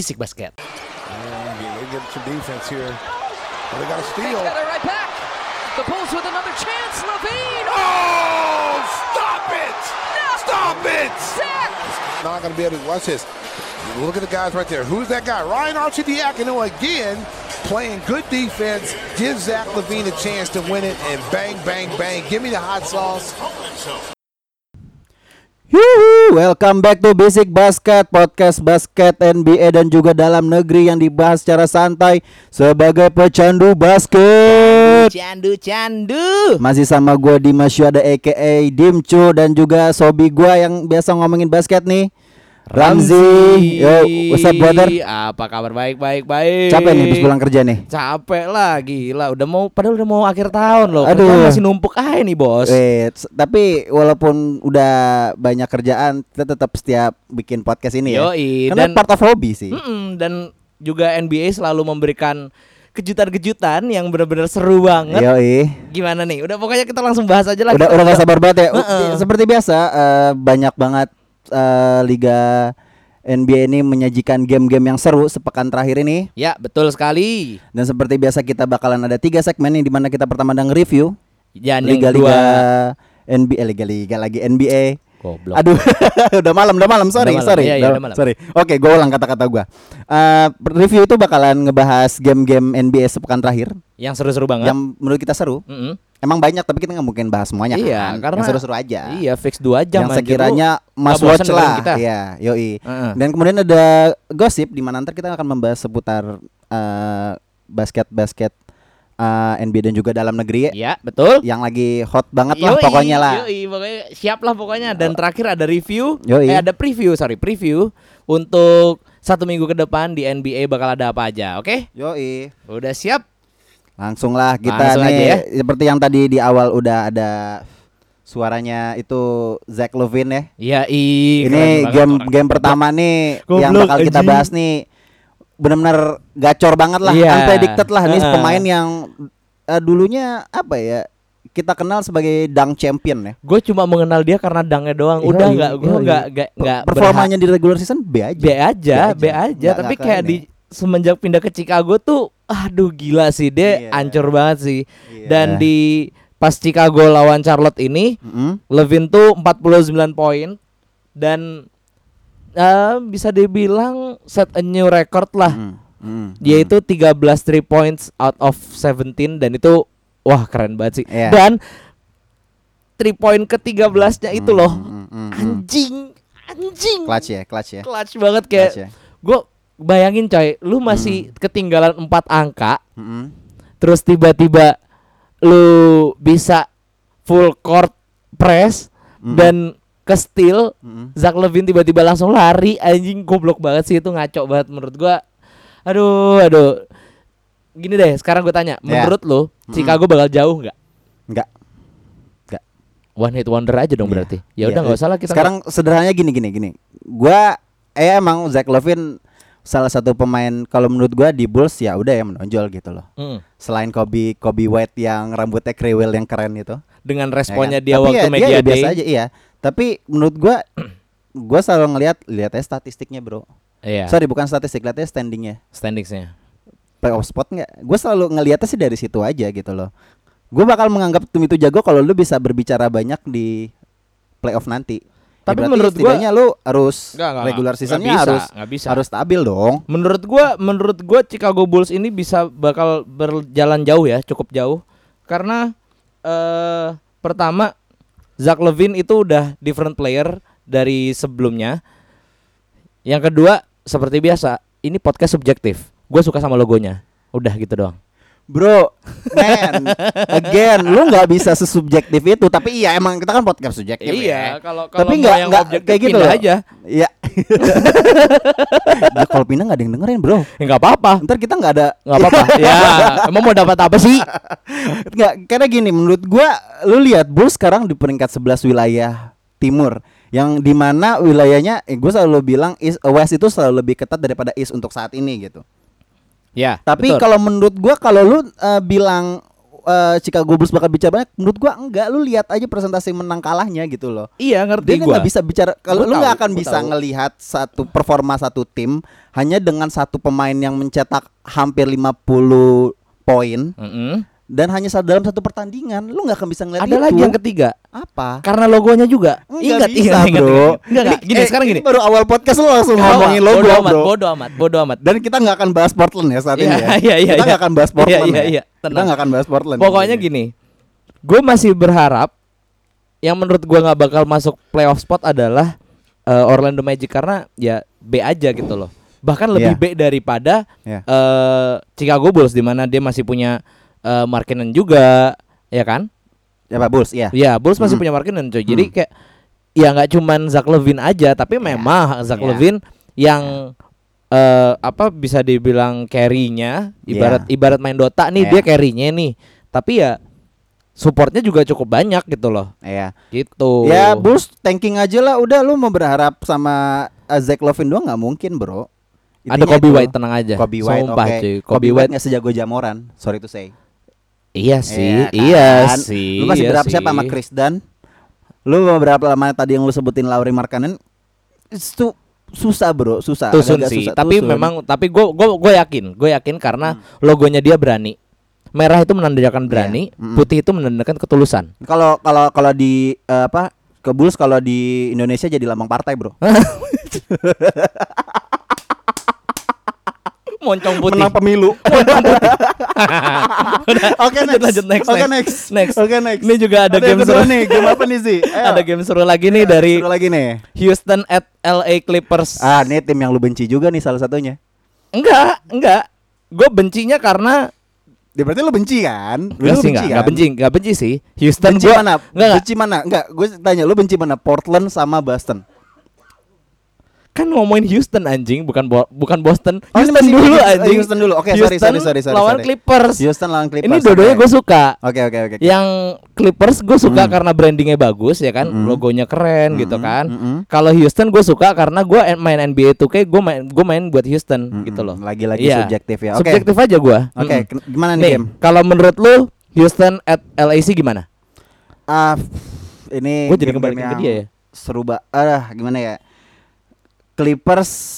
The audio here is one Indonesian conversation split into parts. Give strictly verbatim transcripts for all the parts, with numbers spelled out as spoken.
Bisik Basket. They get some defense here. They got a steal. Got it right back. The Bulls with another chance. LaVine. Oh, stop it! No. Stop it! Zach. Not going to be able to watch this. Look at the guys right there. Who's that guy? Ryan Arcidiacono again, playing good defense. Give Zach LaVine a chance to win it, and bang, bang, bang. Give me the hot sauce. Yuhu, welcome back to Basic Basket, podcast basket N B A dan juga dalam negeri yang dibahas secara santai sebagai pecandu basket. Candu, candu. Masih sama gue Dimas Syuada aka Dimcu dan juga Sobi gue yang biasa ngomongin basket nih, Ramzi. Yo, what's up brother? Apa kabar? Baik, baik, baik. Capek nih habis pulang kerja nih. Capek lah, gila. Udah mau, padahal udah mau akhir tahun loh. Aduh. Kerjaan masih numpuk aja nih bos. Wait, tapi walaupun udah banyak kerjaan, kita tetap setiap bikin podcast ini ya. Yoi, Karena dan- part of hobby sih. Mm-mm, dan juga N B A selalu memberikan kejutan-kejutan yang benar-benar seru banget. Yoi. Gimana nih? Udah pokoknya kita langsung bahas aja lah. Udah Kita udah gak sabar banget ya. Uh-uh. Seperti biasa uh, banyak banget uh, liga N B A ini menyajikan game-game yang seru sepekan terakhir ini. Ya, betul sekali. Dan seperti biasa kita bakalan ada tiga segmen nih, di mana kita pertama ada nge-review Dan yang liga-liga kedua, N B A, liga-liga lagi N B A. goblok. Aduh, udah malam, udah malam, sorry, Udah malam. sorry, Iya, iya, udah- udah malam. sorry. Oke, gue ulang kata-kata gue. Uh, review itu bakalan ngebahas game-game N B A sepekan terakhir Yang seru-seru banget. yang menurut kita seru. Mm-mm. Emang banyak tapi kita nggak mungkin bahas semuanya Iya, kan. karena yang seru-seru aja. Iya, fix dua jam yang anjir. sekiranya Lu must nggak bosan watch dengerin lah. kita? Iya, yoi. Heeh. Dan kemudian ada gosip di mana ntar kita akan membahas seputar uh, basket-basket uh, N B A dan juga dalam negeri Iya, betul. yang lagi hot banget lah Yoi, pokoknya lah. Yoi, pokoknya siap lah pokoknya. Dan terakhir ada review. Yoi. Eh ada preview, sorry, preview untuk satu minggu ke depan di N B A bakal ada apa aja, oke? Yoi. Udah siap? Langsung lah kita Langsung nih aja ya. seperti yang tadi di awal udah ada suaranya itu Zach LaVine ya. Iya, ih. Ini keren banget game orang. game pertama nih Goblok, yang bakal kita anjing. bahas nih benar-benar gacor banget lah, Iya. unpredicted lah. Ini Heeh. pemain yang uh, dulunya apa ya, kita kenal sebagai dunk champion ya. Gue cuma mengenal dia karena dangnya doang. Iya, Udah iya, nggak, gue iya, nggak iya. nggak nggak Performanya di regular season B aja. B aja, B aja. Nggak- Tapi nggak kayak keren di semenjak pindah ke Chicago tuh, aduh gila sih dia, Iya. ancur banget sih. Iya. Dan di pas Chicago lawan Charlotte ini, Mm-mm. LaVine tuh empat puluh sembilan poin dan eh, bisa dibilang set a new record lah. Mm, mm, Dia mm. itu tiga belas three points out of seventeen dan itu wah keren banget sih. Iya. Dan three point ke tiga belas-nya itu loh. Mm, mm, mm, mm. Anjing, anjing. Clutch ya, clutch ya. Clutch banget kayak Clutch ya. gue bayangin coy, lu masih ketinggalan empat angka, Mm-mm. terus tiba-tiba lu bisa full court press Mm. dan ke steal. Mm-mm. Zach LaVine tiba-tiba langsung lari, anjing goblok banget sih, itu ngaco banget menurut gua. Aduh, aduh. Gini deh, sekarang gue tanya, Ya. menurut lu Chicago bakal jauh nggak? Enggak. One hit wonder aja dong Iya. berarti. Ya Iya. udah nggak usah lah kita. Sekarang sederhananya gini gini gini. Gua eh emang Zach LaVine salah satu pemain kalau menurut gua di Bulls ya udah ya menonjol gitu loh. Mm. Selain Kobe Kobe White yang rambutnya kriwil yang keren itu. Dengan ya responnya kan? dia Tapi waktu ya, media dia ya day. biasa aja iya. Tapi menurut gua gua selalu ngelihat lihatnya statistiknya, Bro. Iya. Sorry, bukan statistik, lihatnya standingnya. Standingsnya. Playoff spot enggak? Gua selalu ngelihatnya sih dari situ aja gitu loh. Gua bakal menganggap tim itu jago kalau lu bisa berbicara banyak di playoff nanti. Tapi berarti menurut gua- setidaknya lu harus Nggak, nggak, regular nggak seasonnya bisa, harus nggak bisa. harus stabil dong. Menurut gua, menurut gua Chicago Bulls ini bisa bakal berjalan jauh ya, cukup jauh. Karena eh pertama Zach LaVine itu udah different player dari sebelumnya. Yang kedua, seperti biasa, ini podcast subjektif. Gue suka sama logonya. Udah gitu doang. Bro, man, again, lu nggak bisa sesubjektif itu. Tapi iya, emang kita kan podcast subjektif ya. kalau Tapi nggak nggak kayak gitu loh. aja. Iya. Nah, kalau pindah nggak ada yang dengerin, bro. Ya nggak apa-apa. Ntar kita nggak ada. Nggak apa-apa. Ya, emang mau dapat apa sih? Nggak, karena gini, menurut gua, lu lihat Bulls sekarang di peringkat sebelas wilayah timur, yang dimana wilayahnya, eh, gue selalu bilang East, West itu selalu lebih ketat daripada East untuk saat ini gitu. Ya. Tapi betul. kalau menurut gua, kalau lu uh, bilang uh, Chicago Bulls bakal bicara banyak. Menurut gua enggak. Lu lihat aja presentasi menang kalahnya gitu loh. Iya, ngerti Dia gua. nggak bisa bicara. Kalau lu Gua nggak tahu, akan gua bisa tahu. ngelihat satu performa satu tim hanya dengan satu pemain yang mencetak hampir lima puluh poin Mm-mm. dan hanya sa- dalam satu pertandingan. Lu nggak akan bisa ngelihat Ada itu. lagi yang ketiga. Apa? Karena logonya juga. Enggak Ingat, bisa, ingat, ingat, bro. ingat. Enggak, enggak. Ini- Gini, eh, sekarang gini. ini baru awal podcast lu langsung ngomongin Bodo logo, amat, bro. bodo amat, bodo amat. Dan kita nggak akan bahas Portland ya saat ini Iya, ya. iya, iya, kita iya. nggak akan bahas Portland Iya, iya, ya. iya. Kita Tenang. nggak akan bahas Portland. Pokoknya gini, gue masih berharap yang menurut gue nggak bakal masuk playoff spot adalah uh, Orlando Magic karena ya B aja gitu loh. Bahkan lebih Iya. B daripada Iya. uh, Chicago Bulls di mana dia masih punya uh, Markkanen juga, ya kan? Ya Pak Bulls, iya. Ya, Bulls masih Hmm. punya Markkanen coy. Jadi Hmm. kayak ya nggak cuman Zach LaVine aja, tapi memang Zach Iya. LaVine yang eh, apa bisa dibilang carry-nya ibarat Iya. ibarat main Dota nih Iya. dia carry-nya nih. Tapi ya supportnya juga cukup banyak gitu loh. Iya. Gitu. Ya Bulls tanking aja lah. Udah lu mau berharap sama uh, Zach LaVine doang nggak mungkin, bro. Ada Intinya Kobe itu. White, tenang aja. Kobe White, Sumpah, oke. cuy. Kobe, Kobe White White nggak sejago Jamoran. Sorry to say. iya sih, Iya iya kan? sih. Lu masih iya berapa siapa sih. sama Chris Dunn? Lu berapa lama tadi yang lu sebutin Lauri Markkanen? Itu susah, bro, susah. Tusun Agak-agak sih, susah, tapi tusun. memang tapi gue gue gue yakin, gue yakin karena logonya dia berani. Merah itu menandakan berani, Iya. Mm-mm. putih itu menandakan ketulusan. Kalau kalau kalau di eh, apa ke Bulls kalau di Indonesia jadi lambang partai, bro. Moncong putih. Menang pemilu. Oke, Lanjut, next. lanjut, next, Oke, next. next. Next. Oke, next. Ini juga ada yang game kedua seru. nih. Game apa nih sih? Ayo. Ada game seru lagi nih dari Seru lagi nih. Houston at L A Clippers. Ah, ini tim yang lu benci juga nih salah satunya. Enggak, enggak. Gue bencinya karena Dia berarti lu benci kan? Lu enggak sih, benci enggak, kan? enggak benci, enggak benci sih. Houston Benci gua mana? Enggak, enggak. Benci mana? Enggak, gue tanya lu benci mana? Portland sama Boston. Kan ngomongin Houston anjing, bukan bo- bukan Boston. Oh, ini Houston masih dulu Houston- anjing. Houston dulu. Oke, sorry, Houston sorry, sorry, sorry, lawan sorry. Clippers. Houston lawan Clippers. Ini dua-duanya oke. gue suka. Oke, oke, oke. oke. Yang Clippers gue suka Hmm. karena brandingnya bagus ya kan, Mm-mm. logonya keren gitu Mm-mm, kan. mm-mm. Kalau Houston gue suka karena gue main N B A two K, gue main gue main buat Houston Mm-mm. gitu loh. Lagi-lagi Iya. subjektif ya. Oke. Subjektif aja gue. Oke, ken- gimana nih Nih, game? kalau menurut lu Houston at L A C gimana? Ah, f- ini Gue jadi game-game kembaliin ke yang dia ya. Seru banget. Ah, gimana ya? Clippers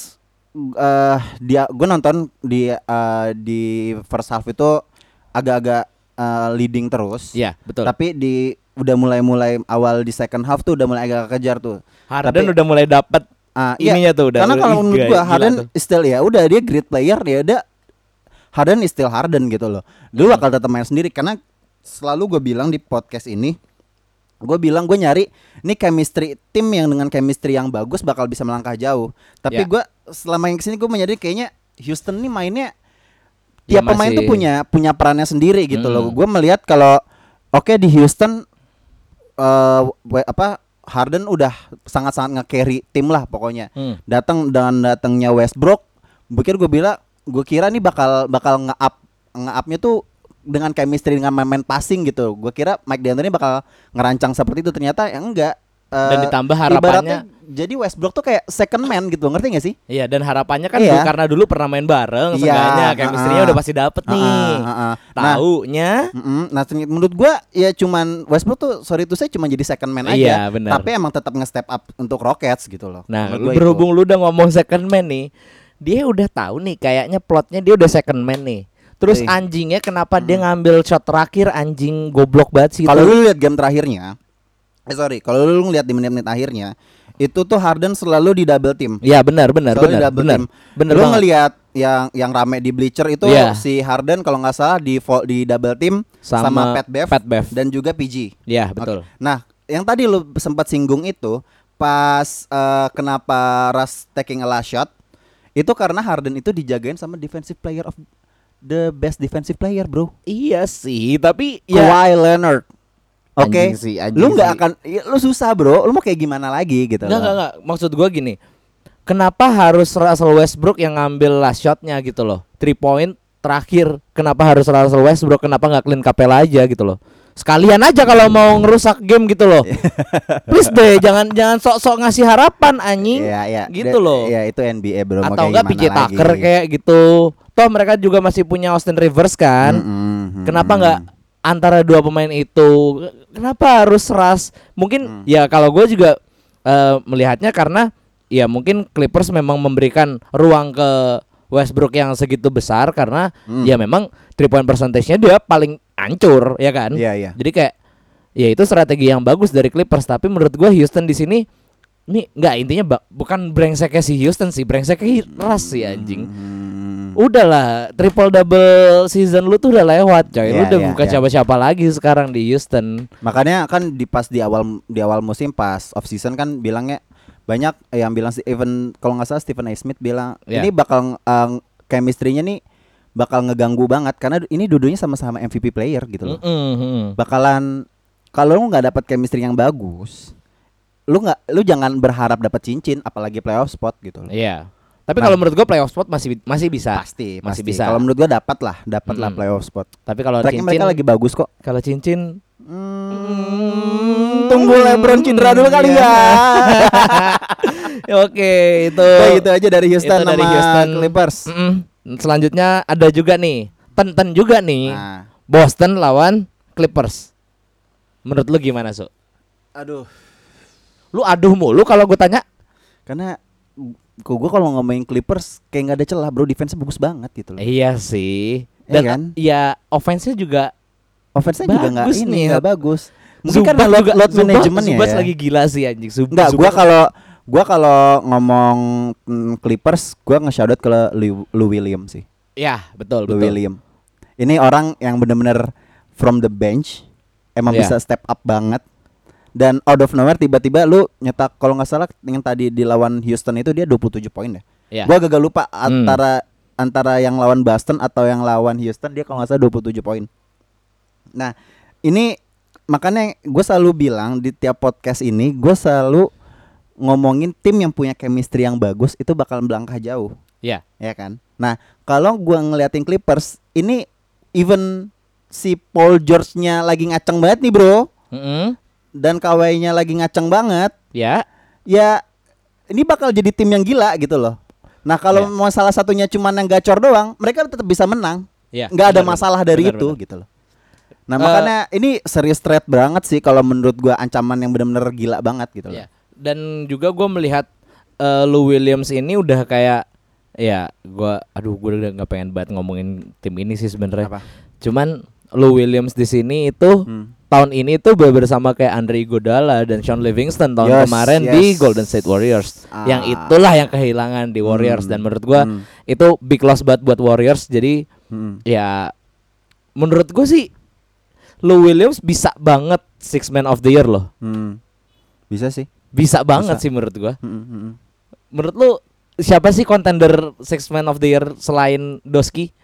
eh dia gue nonton di eh, di first half itu agak-agak eh, leading terus. Iya, betul. Tapi di udah mulai-mulai awal di second half tuh udah mulai agak kejar tuh. Harden tapi- udah mulai dapat Ah, iya. ininya tuh udah. Karena kalau ih, menurut gila- gua gila Harden tuh. still ya udah dia great player ya udah Harden is still Harden gitu loh. Dulu Hmm. bakal tetap main sendiri karena selalu gue bilang di podcast ini gue bilang gue nyari nih chemistry tim yang dengan chemistry yang bagus bakal bisa melangkah jauh. Tapi Ya. gue selama yang kesini gue menyadari kayaknya Houston nih mainnya Ya, tiap pemain masih- tuh punya punya perannya sendiri gitu loh. Mm. Gue melihat kalau oke di Houston eh we- apa Harden udah sangat-sangat nge-carry tim lah pokoknya. Hmm. Datang dengan datangnya Westbrook, pikir gue bilang gue kira nih bakal bakal nge-up nge-upnya tuh dengan chemistry dengan main-main passing gitu. Gue kira Mike D'Antoni bakal ngerancang seperti itu, ternyata ya enggak. Eh, Dan ditambah harapannya- ibaratnya jadi Westbrook tuh kayak second man gitu, ngerti gak sih? Iya, dan harapannya kan Iya. dulu- karena dulu pernah main bareng, Iya, seenggaknya chemistry-nya uh-uh. udah pasti dapet nih. Uh-uh, uh-uh. Nah, Taunya mm-mm. Nah, ternyata menurut gua ya cuman Westbrook tuh sorry tuh saya cuma jadi second man aja. Iya, benar. Tapi emang tetap nge-step up untuk Rockets gitu loh. Nah, Menurut gua berhubung itu. lu udah ngomong second man nih, dia udah tahu nih kayaknya plotnya dia udah second man nih. Terus Nih. anjingnya kenapa dia ngambil shot terakhir, anjing goblok banget sih Kalau itu. lu lihat game terakhirnya, eh sorry, kalau lu ngeliat di menit-menit akhirnya, itu tuh Harden selalu di double team. Iya, benar benar Selalu di benar double benar. team. Benar Lu banget. ngelihat yang yang rame di bleacher itu Iya. si Harden kalau nggak salah di vo- di double team sama, Sama Pat Bev, Pat Bev. dan juga P G. Iya, betul. Oke. Nah, yang tadi lu sempat singgung itu pas eh, kenapa Russ taking a last shot itu karena Harden itu dijagain sama defensive player of the best defensive player, bro. Iya sih, tapi ya Kawhi Leonard. Oke. Anjing sih, anjing Lu nggak sih. akan ya, lu susah, bro. Lu mau kayak gimana lagi gitu Enggak, loh. enggak, enggak. Maksud gua gini. Kenapa harus Russell Westbrook yang ngambil last shotnya gitu loh? Three point terakhir. Kenapa harus Russell Westbrook? Kenapa nggak Clint Capela aja gitu loh? Sekalian aja kalau mau ngerusak game gitu loh. Please deh, jangan jangan sok-sok ngasih harapan anjing. Iya, iya. Gitu Da- loh. Iya, itu N B A, bro. Mau Atau kayak enggak P J gimana Tucker lagi? kayak gitu. Toh mereka juga masih punya Austin Rivers kan. Mm-mm, Kenapa mm-mm. nggak antara dua pemain itu kenapa harus ras? Mungkin hmm. ya kalau gue juga uh, melihatnya karena ya mungkin Clippers memang memberikan ruang ke Westbrook yang segitu besar karena hmm. ya memang three point percentage-nya dia paling hancur ya kan. Iya, iya. Jadi kayak ya itu strategi yang bagus dari Clippers, tapi menurut gue Houston di sini ini nggak intinya ba- bukan brengseknya si Houston sih, brengseknya Ras sih anjing. Hmm. Udahlah triple double season lu tuh udah lewat coy. Yeah, lu udah yeah, bukan yeah. siapa-siapa lagi sekarang di Houston. Makanya kan di pas di awal di awal musim pas off season kan bilangnya banyak yang bilang sih, even kalau nggak salah Stephen A. Smith bilang yeah. ini bakal uh, chemistry-nya nih bakal ngeganggu banget karena ini dua-duanya sama-sama M V P player gitu loh. Mm-hmm. Bakalan kalau lu nggak dapat chemistry yang bagus, lu nggak lu jangan berharap dapat cincin apalagi playoff spot gitu loh. Iya. Yeah. Tapi nah, kalau menurut gua playoff spot masih masih bisa. Pasti, masih pasti. bisa. Kalau menurut gua dapat lah, dapat lah mm. playoff spot. Tapi kalau cincin mereka lagi bagus kok. Kalau cincin Hmm, tunggu LeBron cedera dulu kali ya. Oke, itu. Nah, itu aja dari Houston itu dari sama Houston Clippers. Mm-mm. Selanjutnya ada juga nih, ten-ten juga nih. Nah. Boston lawan Clippers. Menurut lu gimana, Su? Aduh. Lu aduh mulu kalau gue tanya. Karena kok gue kalau ngomongin Clippers kayak nggak ada celah, bro. Defense-nya bagus banget gitu loh. Iya sih. Dan ya kan? Ya offense-nya juga offense-nya juga nggak ini nggak bagus. Mungkin Zubat karena load, load manajemennya ya. Zubas lagi gila sih anjing. Zub, Enggak, gua kalau gua kalau ngomong mm, Clippers, gua nge-shoutout ke Lou, Lou Williams sih. Ya, betul, Lou betul. Williams. Ini orang yang benar-benar from the bench emang yeah. bisa step up banget. Dan out of nowhere tiba-tiba lu nyetak kalau nggak salah yang tadi di lawan Houston itu dia dua puluh tujuh poin deh. Yeah. Gua gagal lupa antara hmm. antara yang lawan Boston atau yang lawan Houston, dia kalau nggak salah dua puluh tujuh poin. Nah, ini makanya gue selalu bilang di tiap podcast ini, gue selalu ngomongin tim yang punya chemistry yang bagus itu bakal melangkah jauh. Iya. Yeah. Ya kan. Nah, kalau gue ngeliatin Clippers ini, even si Paul George-nya lagi ngaceng banget nih bro, mm-hmm. dan Kawhi-nya lagi ngaceng banget. Ya. Yeah. Ya, ini bakal jadi tim yang gila gitu loh. Nah, kalau yeah. mau salah satunya cuman yang gacor doang, mereka tetap bisa menang. Yeah. Nggak ada benar, masalah dari benar, itu benar. gitu loh. Nah, uh, makanya ini serius threat banget sih kalau menurut gua, ancaman yang benar-benar gila banget gitu loh. Yeah. Dan juga gua melihat uh, Lou Williams ini udah kayak ya gua aduh gua udah enggak pengen banget ngomongin tim ini sih sebenarnya. Cuman Lou Williams di sini itu hmm. tahun ini tuh bersama kayak Andre Iguodala dan Sean Livingston tahun yes, kemarin yes. di Golden State Warriors. Ah. Yang itulah yang kehilangan di Warriors hmm. dan menurut gua hmm. itu big loss banget buat Warriors. Jadi hmm. ya menurut gua sih Lou Williams bisa banget six man of the year loh. Hmm. Bisa sih. Bisa banget bisa. sih menurut gua. Hmm, hmm, hmm. Menurut lu siapa sih contender six man of the year selain Doski?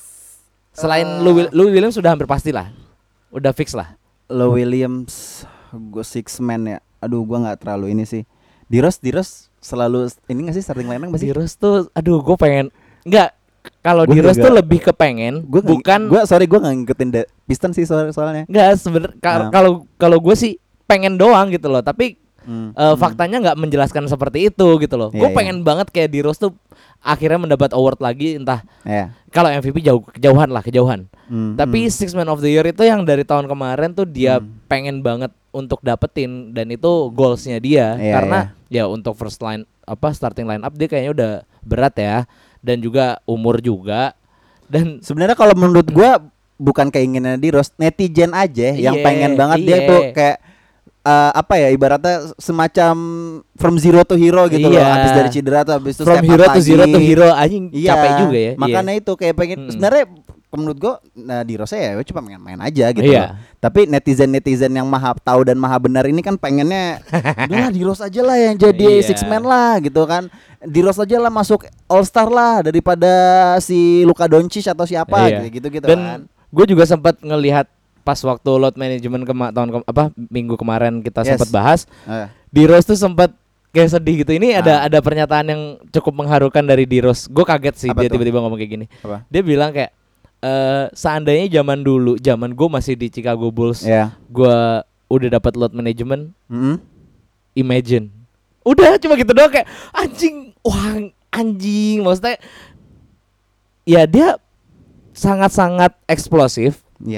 Selain uh, Lou, Lou Williams sudah hampir pasti lah. Udah fix lah. Lou Williams gua six man ya. Aduh gua enggak terlalu ini sih. Diros Diros selalu ini enggak sih starting lineup masih? Diros tuh aduh gua pengen enggak kalau di Rose tuh lebih kepengen gua bukan gue sorry gue nggak ngikutin the Piston sih soal soalnya nggak sebenernya kalau kalau gue sih pengen doang gitu loh tapi hmm. uh, faktanya nggak menjelaskan seperti itu gitu loh. Yeah, gue pengen yeah. banget kayak di Rose tuh akhirnya mendapat award lagi entah yeah. kalau M V P jauh kejauhan lah kejauhan hmm. tapi hmm. six man of the year itu yang dari tahun kemarin tuh dia hmm. pengen banget untuk dapetin dan itu goalsnya dia yeah, karena yeah. ya untuk first line apa starting line up dia kayaknya udah berat ya. Dan juga umur juga. Dan sebenarnya kalau menurut gua bukan keinginan di Rose, netizen aja yeah, yang pengen banget yeah. dia tuh kayak uh, apa ya ibaratnya semacam from zero to hero gitu yeah. loh. Habis dari cedera tuh habis itu from hero to zero to hero anjing yeah. capek juga ya. Makanya yeah. itu kayak pengen hmm. sebenarnya menurut gua nah di Rose ya cuma main-main aja gitu yeah. loh. Tapi netizen-netizen yang maha tahu dan maha benar ini kan pengennya udahlah di Rose aja lah yang jadi yeah. six man lah gitu kan. Di Rose aja lah masuk All Star lah daripada si Luka Doncic atau siapa iya. gitu gitu dan kan. Gue juga sempat ngelihat pas waktu load management kema- tahun ke- apa minggu kemarin kita yes. sempat bahas. Uh. Di Rose tuh sempat kayak sedih gitu. Ini uh. ada ada pernyataan yang cukup mengharukan dari Di Rose. Gue kaget sih apa dia tuh? Tiba-tiba ngomong kayak gini. Apa? Dia bilang kayak e, seandainya zaman dulu, zaman gue masih di Chicago Bulls, yeah. gue udah dapat load management. Mm-hmm. Imagine. Udah cuma gitu doang kayak anjing, wah anjing maksudnya ya dia sangat-sangat eksplosif. Iya. Yeah.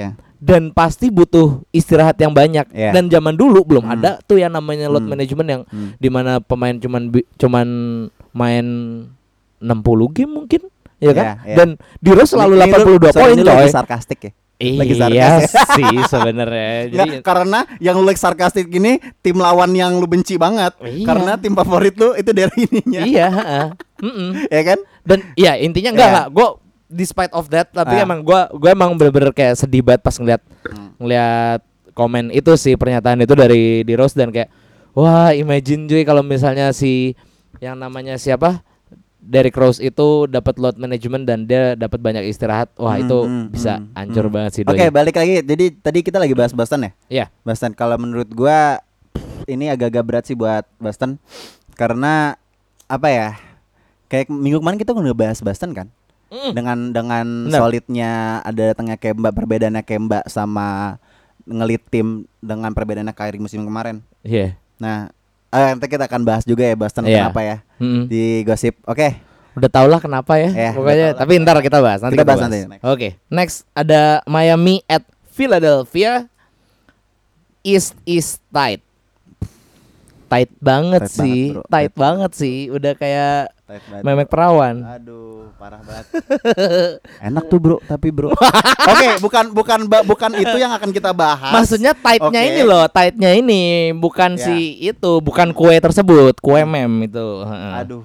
dan pasti butuh istirahat yang banyak. Yeah. Dan zaman dulu belum Hmm. ada tuh yang namanya load Hmm. management yang Hmm. dimana pemain cuman bi- cuman main enam puluh game mungkin, ya kan? Yeah, yeah. Dan di Rose selalu Ini- ini delapan puluh dua lu- sorry, poin ini lu coy. lagi sarkastik ya. Lagi Iya sarkas ya. sih sebenarnya. Jadi Nggak, karena yang lu lagi sarkastik gini tim lawan yang lu benci banget. Iya. Karena tim favorit lu itu dari ininya. iya, heeh. Mm-mm. Ya kan? Dan ya intinya enggak Iya. enggak, gue despite of that tapi Ah. emang gue gue emang bener-bener kayak sedih banget pas ngeliat Hmm. ngeliat komen itu sih, pernyataan itu dari di Rose, dan kayak wah imagine cuy kalau misalnya si yang namanya siapa Derrick Rose itu dapat load management dan dia dapat banyak istirahat, wah Hmm, itu hmm, bisa hmm, hancur hmm. banget sih Oke, doi. balik lagi. Jadi tadi kita lagi bahas Boston ya? Iya. Boston kalau menurut gua ini agak-agak berat sih buat Boston karena apa ya? Kayak minggu kemarin kita udah bahas Boston kan? Mm. Dengan dengan Benar. solidnya ada datangnya Kemba, perbedaannya Kemba sama ngelit tim dengan perbedaannya Kyrie musim kemarin. Iya. Nah, eh, nanti kita akan bahas juga ya Boston Iya. kenapa ya Mm-mm. di gosip. Oke. Udah tau lah kenapa ya, Ya, pokoknya. udah tau lah. Tapi ntar kita bahas. Nanti Kita bahas nanti, next. Oke, next ada Miami at Philadelphia. East is tight, tight banget Tight sih, banget, bro. tight Tight banget sih. Udah kayak Tight banget, memek bro. perawan. Aduh, parah banget. Enak tuh, Bro, tapi Bro. Oke, bukan bukan ba- bukan itu yang akan kita bahas. Maksudnya tightnya Oke. ini loh, tightnya ini bukan Ya. si itu, bukan kue tersebut, kue mem itu. Heeh. Aduh.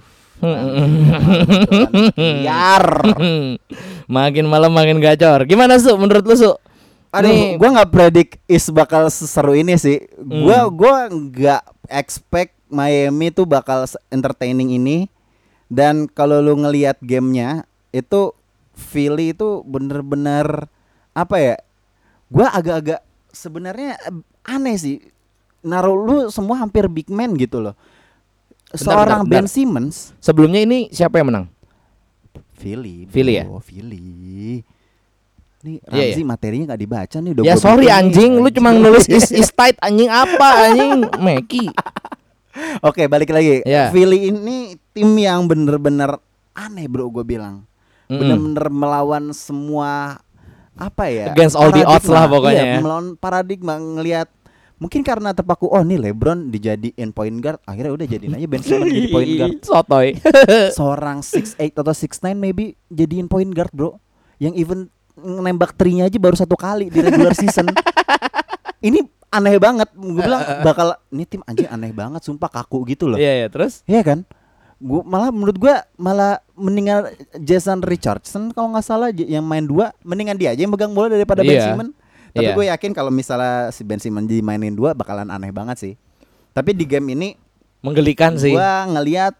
Hmm. Biar. Makin malam makin gacor. Gimana Su? Menurut lu Su? Aduh, Nih- gua nggak predik is bakal seseru ini sih. Gua Hmm. gua nggak expect Miami tuh bakal se- entertaining ini. Dan kalau lu ngelihat gamenya itu Philly itu bener-bener apa ya? Gua agak-agak sebenarnya eh, aneh sih. Naruh lu semua hampir big man gitu loh. Bentar, Seorang bentar, Ben bentar. Simmons. Sebelumnya ini siapa yang menang? Philly. Philly ya? bro, Philly. Nih Iya, Ramzi materinya nggak dibaca nih udah Ya gua sorry bikin nih, anjing, lu cuma nulis is, is tight anjing apa anjing Meki. Oke, balik lagi. Ya. Philly ini tim yang bener-bener aneh bro, gue bilang. Mm-mm. Bener-bener melawan semua apa ya? Against all the odds paradigma. lah pokoknya Iya, ya. melawan paradigma ngelihat. Mungkin karena terpaku, oh nih LeBron dijadiin point guard, akhirnya udah jadiin aja Ben Simmons jadi point guard. Sotoy. Seorang six eight atau six nine maybe jadiin point guard bro. Yang even nembak trinya aja baru satu kali di regular season. Ini aneh banget. Gue bilang bakal ini tim anjing aneh banget, sumpah kaku gitu loh. Iya ya, terus? Iya kan? Gua malah menurut gua malah mendingan Jason Richardson kalau nggak salah j- yang main dua, mendingan dia aja yang megang bola daripada Ben Iya. Simmons. Tapi Iya. gue yakin kalau misalnya si Ben Simmons dimainin dua bakalan aneh banget sih. Tapi di game ini Menggelikan sih. gua ngelihat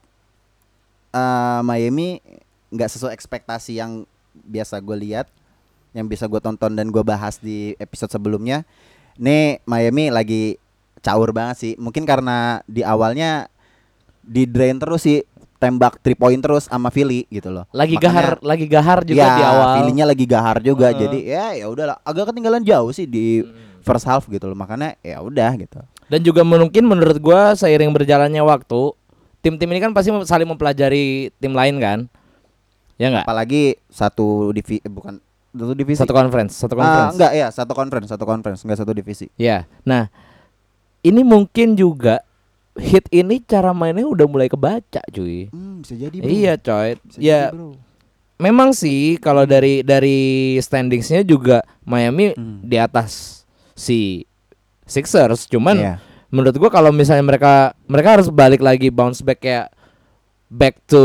uh, Miami nggak sesuai ekspektasi yang biasa gue lihat, yang bisa gue tonton dan gue bahas di episode sebelumnya. Nih Miami lagi caur banget sih. Mungkin karena di awalnya di drain terus sih, tembak three point terus sama Philly gitu loh. Lagi Makanya- gahar, lagi gahar juga ya, di awal. Philly-nya lagi gahar juga. Heeh. Jadi ya ya udahlah, agak ketinggalan jauh sih di first half gitu loh. Makanya ya udah gitu. Dan juga mungkin menurut gua seiring berjalannya waktu, tim-tim ini kan pasti saling mempelajari tim lain kan? Ya enggak? Apalagi satu divisi, bukan satu divisi. Satu conference, satu Ah, conference. enggak ya, satu conference, satu conference, enggak satu divisi. Ya. Nah, ini mungkin juga hit ini cara mainnya udah mulai kebaca, cuy. Hmm, bisa jadi, bro. Iya, coy. Bisa Ya, jadi, bro. memang sih kalau dari dari standingsnya juga Miami Hmm. di atas si Sixers, cuman Iya. menurut gua kalau misalnya mereka mereka harus balik lagi bounce back kayak back to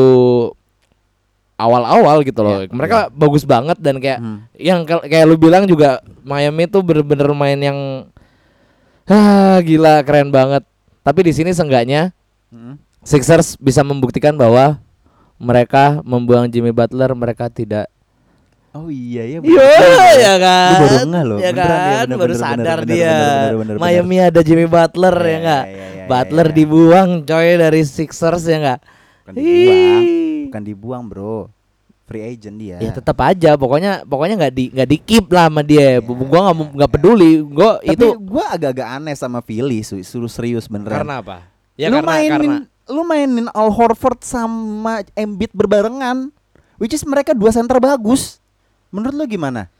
awal-awal gitu loh. Iya, Mereka bagus banget dan kayak Hmm. yang kal- kayak lu bilang juga Miami tuh bener-bener main yang ah, gila keren banget. Tapi di sini seenggaknya Hmm. Sixers bisa membuktikan bahwa mereka membuang Jimmy Butler, mereka tidak. Oh iya ya. Iya, ya kan. Lu baru ngeh loh. Ya Beneran kan, ya, bener, baru bener, sadar bener, dia. bener, bener, bener, bener, Miami ada Jimmy Butler ya Iya, enggak? iya, iya, Butler iya. dibuang coy dari Sixers ya enggak? Bukan dibuang, Ih. bukan dibuang, bro. Free agent dia. Ya tetap aja, pokoknya pokoknya nggak di nggak di keep lah sama dia. Iya, Gua nggak mau- nggak iya. peduli. Gua Tapi itu gua agak-agak aneh sama Philly, su- suruh serius beneran. karena apa? Ya lu karena mainin, karena lu mainin Al Horford sama Embiid berbarengan, which is mereka dua center bagus. Menurut lu gimana?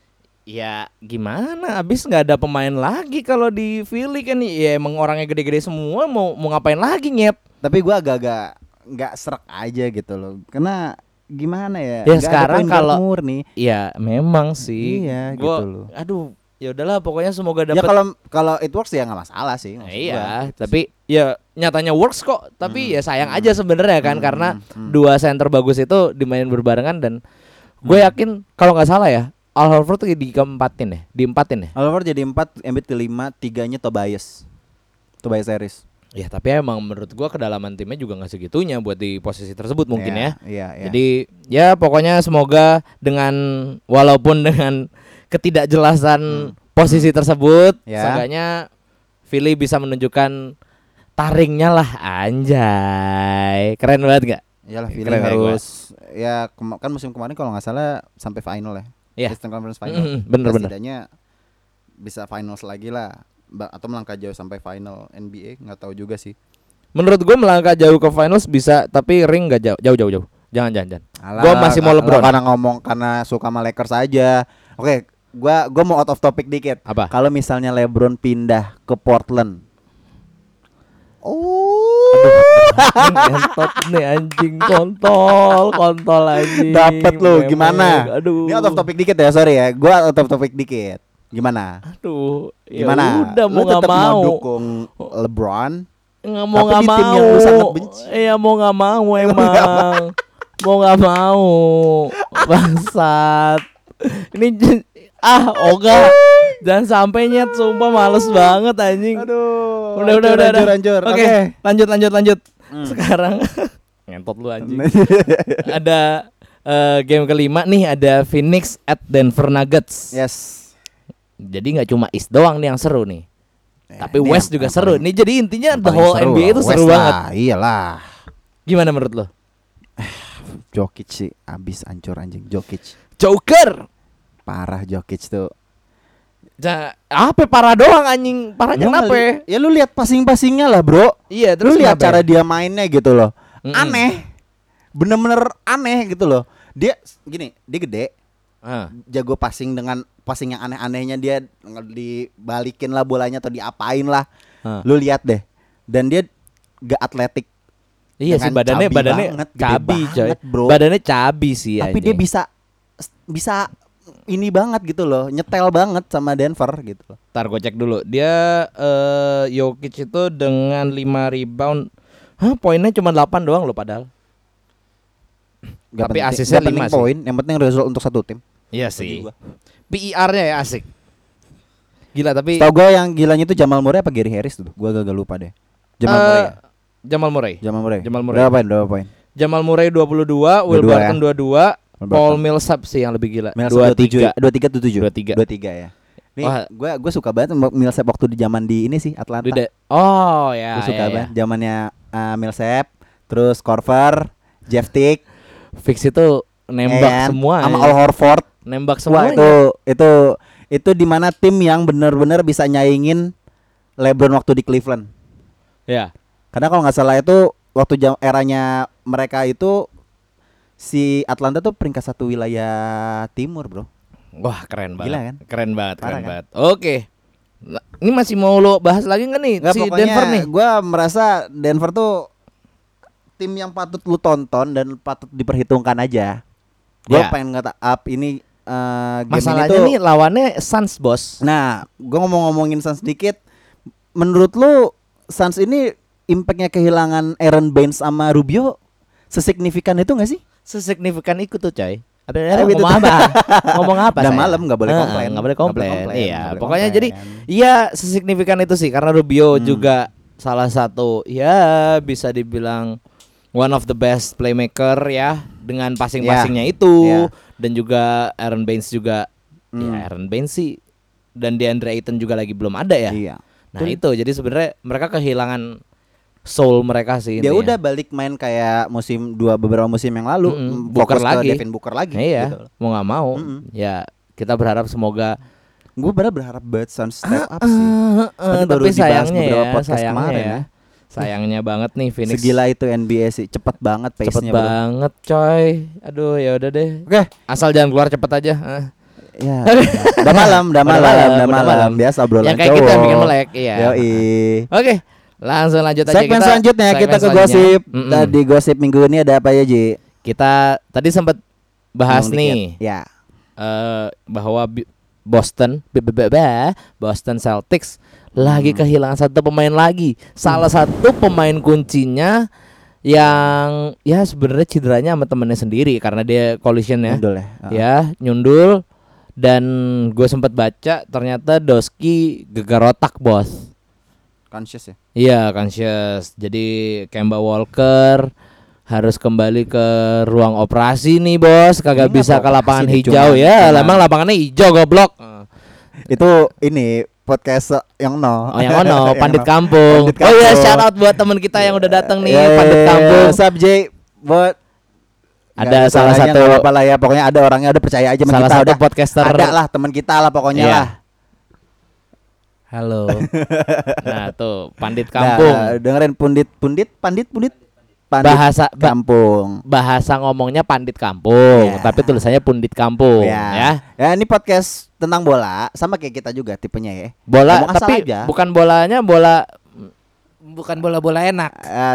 Ya gimana, abis nggak ada pemain lagi kalau di Philly kan, ya emang orangnya gede-gede semua, mau mau ngapain lagi Nyep? Tapi gue agak-agak nggak serak aja gitu loh, karena gimana ya? Ya nggak ada sekarang point guard kalau murni. ya memang sih. Iya, Gua, gitu loh. Aduh, ya udahlah pokoknya semoga Ya dapat. kalau kalau it works ya nggak masalah sih. Nah, maksud iya, gua. tapi ya nyatanya works kok. Tapi Hmm. ya sayang aja sebenarnya kan, Hmm. karena Hmm. dua center bagus itu dimainin berbarengan, dan gue Hmm. yakin kalau nggak salah ya, Al Horford tuh di keempatin ya, diempatin ya. Al Horford jadi empat, Embiid kelima, tiganya Tobias. Tobias Harris. Ya tapi emang menurut gua kedalaman timnya juga nggak segitunya buat di posisi tersebut mungkin Iya, ya. Iya, iya. Jadi ya pokoknya semoga dengan walaupun dengan ketidakjelasan posisi tersebut, Ya. seenggaknya Philly bisa menunjukkan taringnya lah, anjay. Keren banget gak? Iyalah, Philly Keren ya harus ya kema- kan musim kemarin kalau nggak salah sampai final ya. Iya. Eastern Conference Final. Mm-mm, bener, Ya, bener. setidaknya bisa finals lagi lah, Ba- atau melangkah jauh sampai final N B A, nggak tahu juga sih. Menurut gua melangkah jauh ke finals bisa, tapi ring gak jauh jauh jauh jauh. Jangan jangan jangan. Alah, Gua masih mau lo LeBron. Karena ngomong karena suka sama Lakers aja. Oke, gua gua mau out of topic dikit. Apa? Kalau misalnya LeBron pindah ke Portland. Oh, Ngentot nih anjing, kontol, kontol anjing. dapet lu Memang. gimana? Aduh. Ini out of topic dikit ya, sorry ya. Gua out of topic dikit. Gimana? Aduh. Ya Gimana? udah Lu mau nggak tetap mau. dukung LeBron? Nggak mau Tapi nggak di tim mau. yang lu sangat benci. Iya mau nggak mau emang. Mau nggak mau. Bangsat. Ini j- ah Oga. Jangan sampai nyet, sumpah males banget anjing. Aduh. Udah udah udah. Hancur, udah. hancur. Oke, Oke. lanjut lanjut lanjut. Hmm. Sekarang ngentot lu anjing. Ada eh, game kelima nih, ada Phoenix at Denver Nuggets. Yes. Jadi nggak cuma East doang nih yang seru nih. Eh, Tapi ini West yang- juga yang seru. paling- Nih jadi intinya yang the paling whole seru N B A itu lah, seru West banget. lah, iyalah. Gimana menurut lo? Jokic sih abis hancur anjing. Jokic Joker. parah, Jokic tuh. Ja, apa parah doang anjing? Parahnya Lu kenapa? ngeli- Ya lu lihat passing-passingnya lah, Bro. Iya, Lu terus lihat kenapa? cara dia mainnya gitu loh. Mm-mm. Aneh. Bener-bener aneh gitu loh. Dia gini, dia gede, Ah. jago passing dengan passing yang aneh-anehnya, dia nge- dibalikin lah bolanya atau diapain lah. Ah. Lu lihat deh. Dan dia gak atletik. Iya sih, Dengan badannya cabi badannya banget, gede cabi coy. banget, bro. Badannya cabi sih Tapi anjing. dia bisa bisa ini banget gitu loh, nyetel banget sama Denver gitu loh. Ntar gue cek dulu. Dia eh Jokic itu dengan lima rebound. Hah, poinnya cuma delapan doang loh padahal. Gak Tapi penting- asisnya gak penting lima sih. poin, yang penting result untuk satu tim. Iya Bagi sih. gua. P I R-nya ya asik. Gila tapi Tahu gue yang gilanya itu Jamal Murray apa Gary Harris tuh? Gue agak lupa deh. Jamal eh, Murray. Ya? Jamal Murray. Jamal Murray. Jamal Murray. Berapa poin? Berapa poin? Jamal Murray dua puluh dua, Will dua puluh dua Barton ya. dua puluh dua, Will Paul Barton. Millsap sih yang lebih gila. Millsap dua dua puluh tujuh, tiga. dua tiga tujuh. dua tiga. dua tiga ya. Nih, Wah. gue gue suka banget sama Millsap waktu di zaman di ini sih Atlanta. Di de- oh ya. Gue suka ya, ya. banget zamannya uh, Millsap, terus Korver, Jeff Tick, Fix itu nembak and semua. sama ya. Al Horford. Nembak Wah, semua. itu itu itu di mana tim yang benar-benar bisa nyaingin LeBron waktu di Cleveland. Ya. Karena kalau nggak salah itu waktu jam eranya mereka itu si Atlanta tuh peringkat satu wilayah timur, bro. Wah, keren banget. Gila kan? Keren banget, Parah keren kan? banget. Oke. Nah, ini masih mau lo bahas lagi nggak nih Nggak, si pokoknya Denver nih? gue merasa Denver tuh tim yang patut lu tonton dan patut diperhitungkan aja. Gue Ya. pengen ngata up ini uh, game Masalahnya ini tuh. nih lawannya Suns, Bos. Nah, gue ngomong-ngomongin Suns sedikit. Menurut lu Suns ini impactnya kehilangan Aaron Baines sama Rubio sesignifikan itu nggak sih? Sesignifikan itu tuh, coy. Apa Eh, ngomong itu tuh. apa? Ngomong apa? Udah saya? malam, nggak boleh Eh, komplain. Nggak boleh Nggak boleh komplain. komplain, Iya, nggak boleh pokoknya komplain. jadi iya sesignifikan itu sih karena Rubio Hmm. juga salah satu ya bisa dibilang one of the best playmaker ya dengan passing-passingnya itu Iya. dan juga Aaron Baines juga Hmm. ya Aaron Baines sih dan DeAndre Ayton juga lagi belum ada ya. Iya. Nah itu jadi sebenarnya mereka kehilangan soul mereka sih. Dia intinya. udah balik main kayak musim dua beberapa musim yang lalu, Mm-mm, mm, Booker fokus ke lagi. Devin Booker lagi. Nah, iya, Gitu. mau nggak mau Mm-mm. ya kita berharap semoga Gue bener berharap banget Suns step up sih. Eh, Tadi baru tapi dibahas sayangnya beberapa ya, podcast sayangnya kemarin ya. ya. Sayangnya banget nih Phoenix. Segila itu N B A sih, cepet banget cepet pace-nya. bro. banget coy. Aduh ya udah deh. Oke, Asal jangan keluar cepet aja. Ah. Ya. Udah malam, udah malam, udah malam. Biasa obrolan yang kayak cowok. kita yang bikin melek, iya. Yoi. Oke, langsung lanjut aja Segmen kita. selanjutnya segmen kita ke selanjutnya. gosip. Mm-mm. Tadi gosip minggu ini ada apa ya, Ji? Kita tadi sempat bahas Ngomong nih dikit. Ya. eh, bahwa Bi- Boston, B- B- B- B- Boston Celtics lagi Hmm. kehilangan satu pemain lagi. Salah satu pemain kuncinya yang ya sebenarnya cederanya sama temennya sendiri karena dia collision ya. Nyundul ya. Ya, nyundul dan gue sempat baca ternyata Doski gegar otak, Bos. Conscious ya. Iya, conscious. Jadi Kemba Walker harus kembali ke ruang operasi nih, Bos. Kagak Ini bisa ngapa ke lapangan operasi nih, hijau cuman- ya. cuman- Emang lapangannya hijau goblok. Itu ini podcast yang no. Oh, yang ono, Yang Pandit no. Kampung. Pandit Oh iya, Kampung. shout out buat teman kita yang udah datang nih, Ya, Pandit Kampung. Sub J buat Ada Nggak salah salahnya, satu nggak apa-apa lah ya, pokoknya ada orangnya udah percaya aja sama salah kita satu udah. podcaster. Ada lah teman kita lah pokoknya Iya. lah. Halo. Nah, tuh Pandit Kampung. Nah, dengerin pundit pundit pandit pundit pandit Bahasa ba- kampung. bahasa ngomongnya Pandit Kampung, Iya. tapi tulisannya Pundit Kampung Ya. ya. Ya, ini podcast tentang bola sama kayak kita juga tipenya ya. Bola Ngomong asal tapi aja. bukan bolanya bola Bukan bola-bola enak.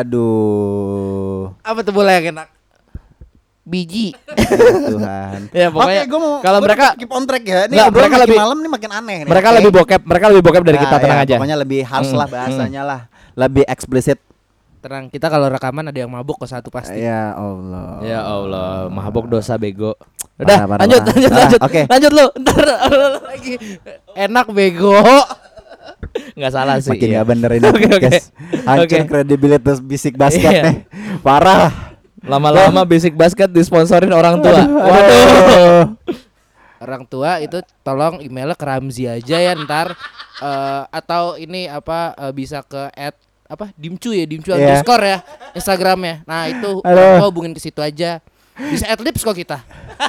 Aduh. apa tuh bola yang enak? Biji. Tuhan. Ya pokoknya Oke, gua mau kalau gua mereka keep on track ya. Ini Nggak, obrolan mereka makin lebih- malam nih makin aneh nih. mereka oke? lebih bokep, mereka lebih bokep dari kita, Nah, tenang ya, aja. Pokoknya lebih harsh Hmm, lah bahasanya lah. Lebih eksplisit. Tenang, kita kalau rekaman ada yang mabuk ke satu pasti. Ya Allah. Ya Allah, mabok dosa bego. Parah, Udah, parah, lanjut, parah. lanjut, Ah, lanjut. oke. Lanjut lu. Ntar lagi. Enak bego. Nggak salah sih. Makin iya. gak bener ini Oke, oke. podcast. Hancur Oke. kredibilitas bisik basket Iya. nih. Parah. Lama-lama Basic Basket disponsorin orang tua. Waduh. Waduh. Orang tua itu tolong emailnya ke Ramzi aja ya ntar. Eh, atau ini apa eh, bisa ke at apa dimcu ya dimcu Iya. underscore ya Instagramnya. Nah itu Aduh. mau hubungin ke situ aja. Bisa at lips kok kita.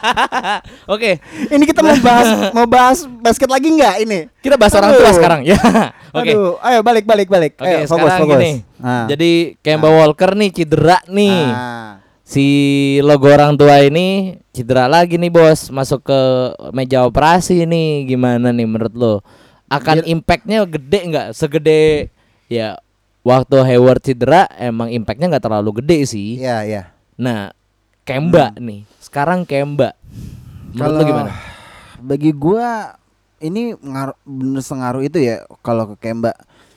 Oke, Ini kita mau bahas mau bahas basket lagi nggak ini? kita bahas orang Aduh. tua sekarang ya. Oke. Aduh, ayo balik balik balik. Oke, Ayo, fokus sekarang fokus. gini. Nah. Jadi Kemba Walker nih cedera nih. Ah. Si logo orang tua ini cedera lagi nih, Bos. Masuk ke meja operasi nih. Gimana nih menurut lo? Akan impactnya gede nggak? Segede ya waktu Hayward cedera emang impactnya nggak terlalu gede sih. Iya, iya. Nah, Kemba nih. Sekarang Kemba. Menurut lo gimana? Bagi gua ini ngaruh, bener sengaruh itu ya kalau ke Kemba.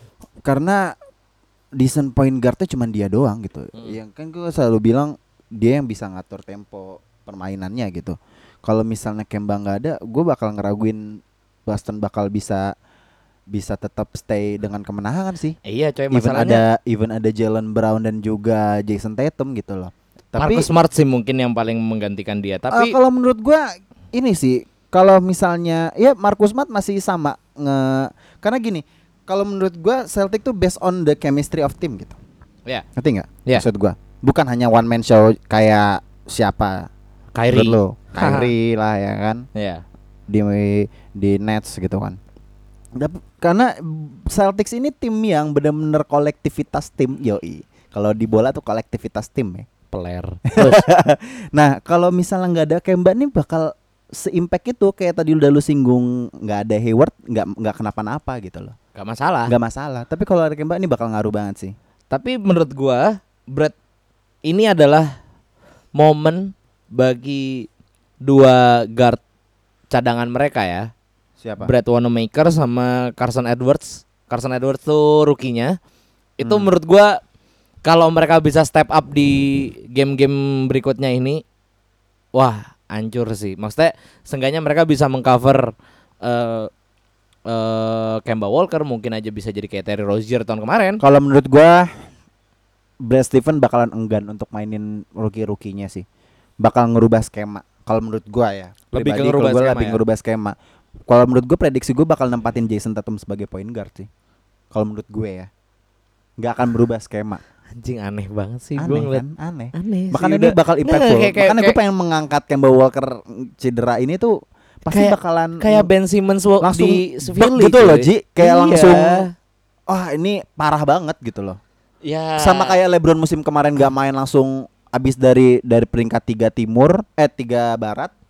Karena decent point guardnya cuma dia doang gitu. Yang kan gua selalu bilang dia yang bisa ngatur tempo permainannya gitu. Kalau misalnya Kemba nggak ada, gua bakal ngeraguin Boston bakal bisa bisa tetap stay dengan kemenangan sih. Iya, coy, Even masalahnya ada even ada Jalen Brown dan juga Jason Tatum gitu loh. Tapi Marcus Smart sih mungkin yang paling menggantikan dia. Tapi Eh, kalau menurut gua ini sih kalau misalnya ya Marcus Smart masih sama nge karena gini, kalau menurut gua Celtic tuh based on the chemistry of team gitu. ya, Ngerti nggak? Ya. Maksud gua. Bukan hanya one man show kayak siapa Kyrie. menurut lo. Kyrie lah ya kan Ya. di di Nets gitu kan. Dap- Karena Celtics ini tim yang benar-benar kolektivitas tim yoi. Kalau di bola tuh kolektivitas tim ya. Peler. Terus Nah, kalau misalnya nggak ada Kemba nih bakal se-impact itu kayak tadi udah lu singgung nggak ada Hayward nggak nggak kenapa-napa gitu loh. gak masalah. Nggak masalah. Tapi kalau ada Kemba ini bakal ngaruh banget sih. Tapi menurut gua, Brad, ini adalah momen bagi dua guard cadangan mereka ya. Siapa? Brad Wanamaker sama Carson Edwards. Carson Edwards tuh rookie-nya. Itu Hmm. menurut gua kalau mereka bisa step up di game-game berikutnya ini, wah, hancur sih. Maksudnya seenggaknya mereka bisa mengcover eh eh, Kemba Walker, mungkin aja bisa jadi kayak Terry Rozier tahun kemarin. Kalau menurut gua Brad Stevens bakalan enggan untuk mainin rookie-rookinya sih. Bakal ngerubah skema. Kalau menurut gua ya. Lebih ke Pribadi, ngerubah kalau gua skema lebih ya? ngerubah skema. Kalau menurut gua prediksi gua bakal nempatin Jason Tatum sebagai point guard sih. Kalau menurut gue ya. Nggak akan berubah skema. Anjing aneh banget sih gua Aneh ngeliat. kan? Aneh. Aneh sih, Makanya udah. ini bakal Nggak, impactful. kayak- kayak- Makanya gue kayak- pengen mengangkat Kemba Walker cedera ini tuh pasti Kayak- bakalan Kayak Ben Simmons wo- langsung di bek Philly gitu loh, cuy. Ji. Kayak Iya. langsung wah, ini parah banget gitu loh. Ya. Sama kayak LeBron musim kemarin gak main langsung abis dari dari peringkat tiga timur, eh tiga barat,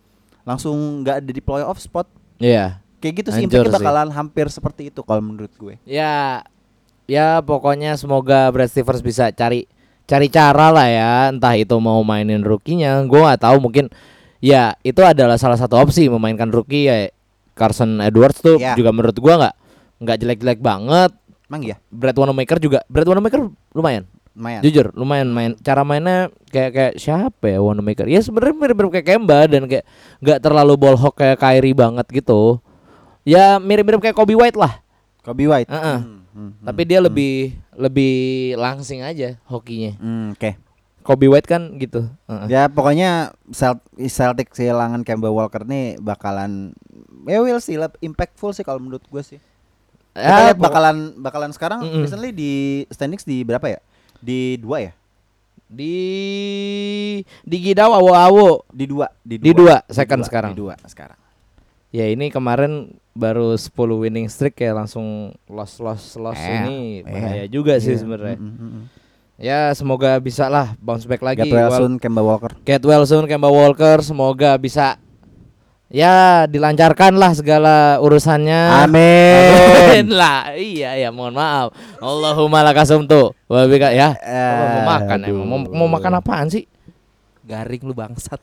langsung nggak ada di playoff spot. Iya. Kayak gitu sih, Hancur impactnya sih. bakalan hampir seperti itu kalau menurut gue. Ya, ya pokoknya semoga Brad Stevens bisa cari cari cara lah ya, entah itu mau mainin rookie-nya, gue nggak tahu, mungkin ya itu adalah salah satu opsi memainkan rookie ya. Carson Edwards tuh Ya. juga menurut gue nggak nggak jelek-jelek banget. Emang iya, Brad Wanamaker juga, Brad Wanamaker lumayan, lumayan. jujur lumayan main. Cara mainnya kayak kayak siapa ya Wanamaker? Ya sebenarnya mirip-mirip kayak Kemba dan kayak nggak terlalu ball hawk kayak Kyrie banget gitu. Ya mirip-mirip kayak Kobe White lah. Kobe White. Uh-uh. Hmm, hmm, hmm, Tapi dia lebih lebih langsing aja hokinya. hmm, Oke. Kobe White kan gitu. Uh-uh. Ya pokoknya Celt- Celtic kehilangan Kemba Walker nih bakalan, ya will sih, lah, impactful sih kalau menurut gue sih. Kita Ya, lihat pokok- bakalan bakalan sekarang Mm-mm. recently di standings di berapa ya? Di dua ya? di di Gidau awo-awo. Di dua, di dua. Di dua, second dua, sekarang. Di dua sekarang. Ya ini kemarin baru sepuluh winning streak kayak langsung loss loss loss Eh, ini eh, bahaya juga sih iya. sebenarnya. Mm, mm, mm. Ya semoga bisa lah bounce back lagi. Get well Wal- soon Kemba Walker. Get well soon Kemba Walker, semoga bisa ya dilancarkan lah segala urusannya. Amin. lah. Iya ya, mohon maaf. Allahumma lakasumtu. Wa bika ya. Apa mau makan Aduh. emang? Mau, mau makan apaan sih? Garing lu bangsat.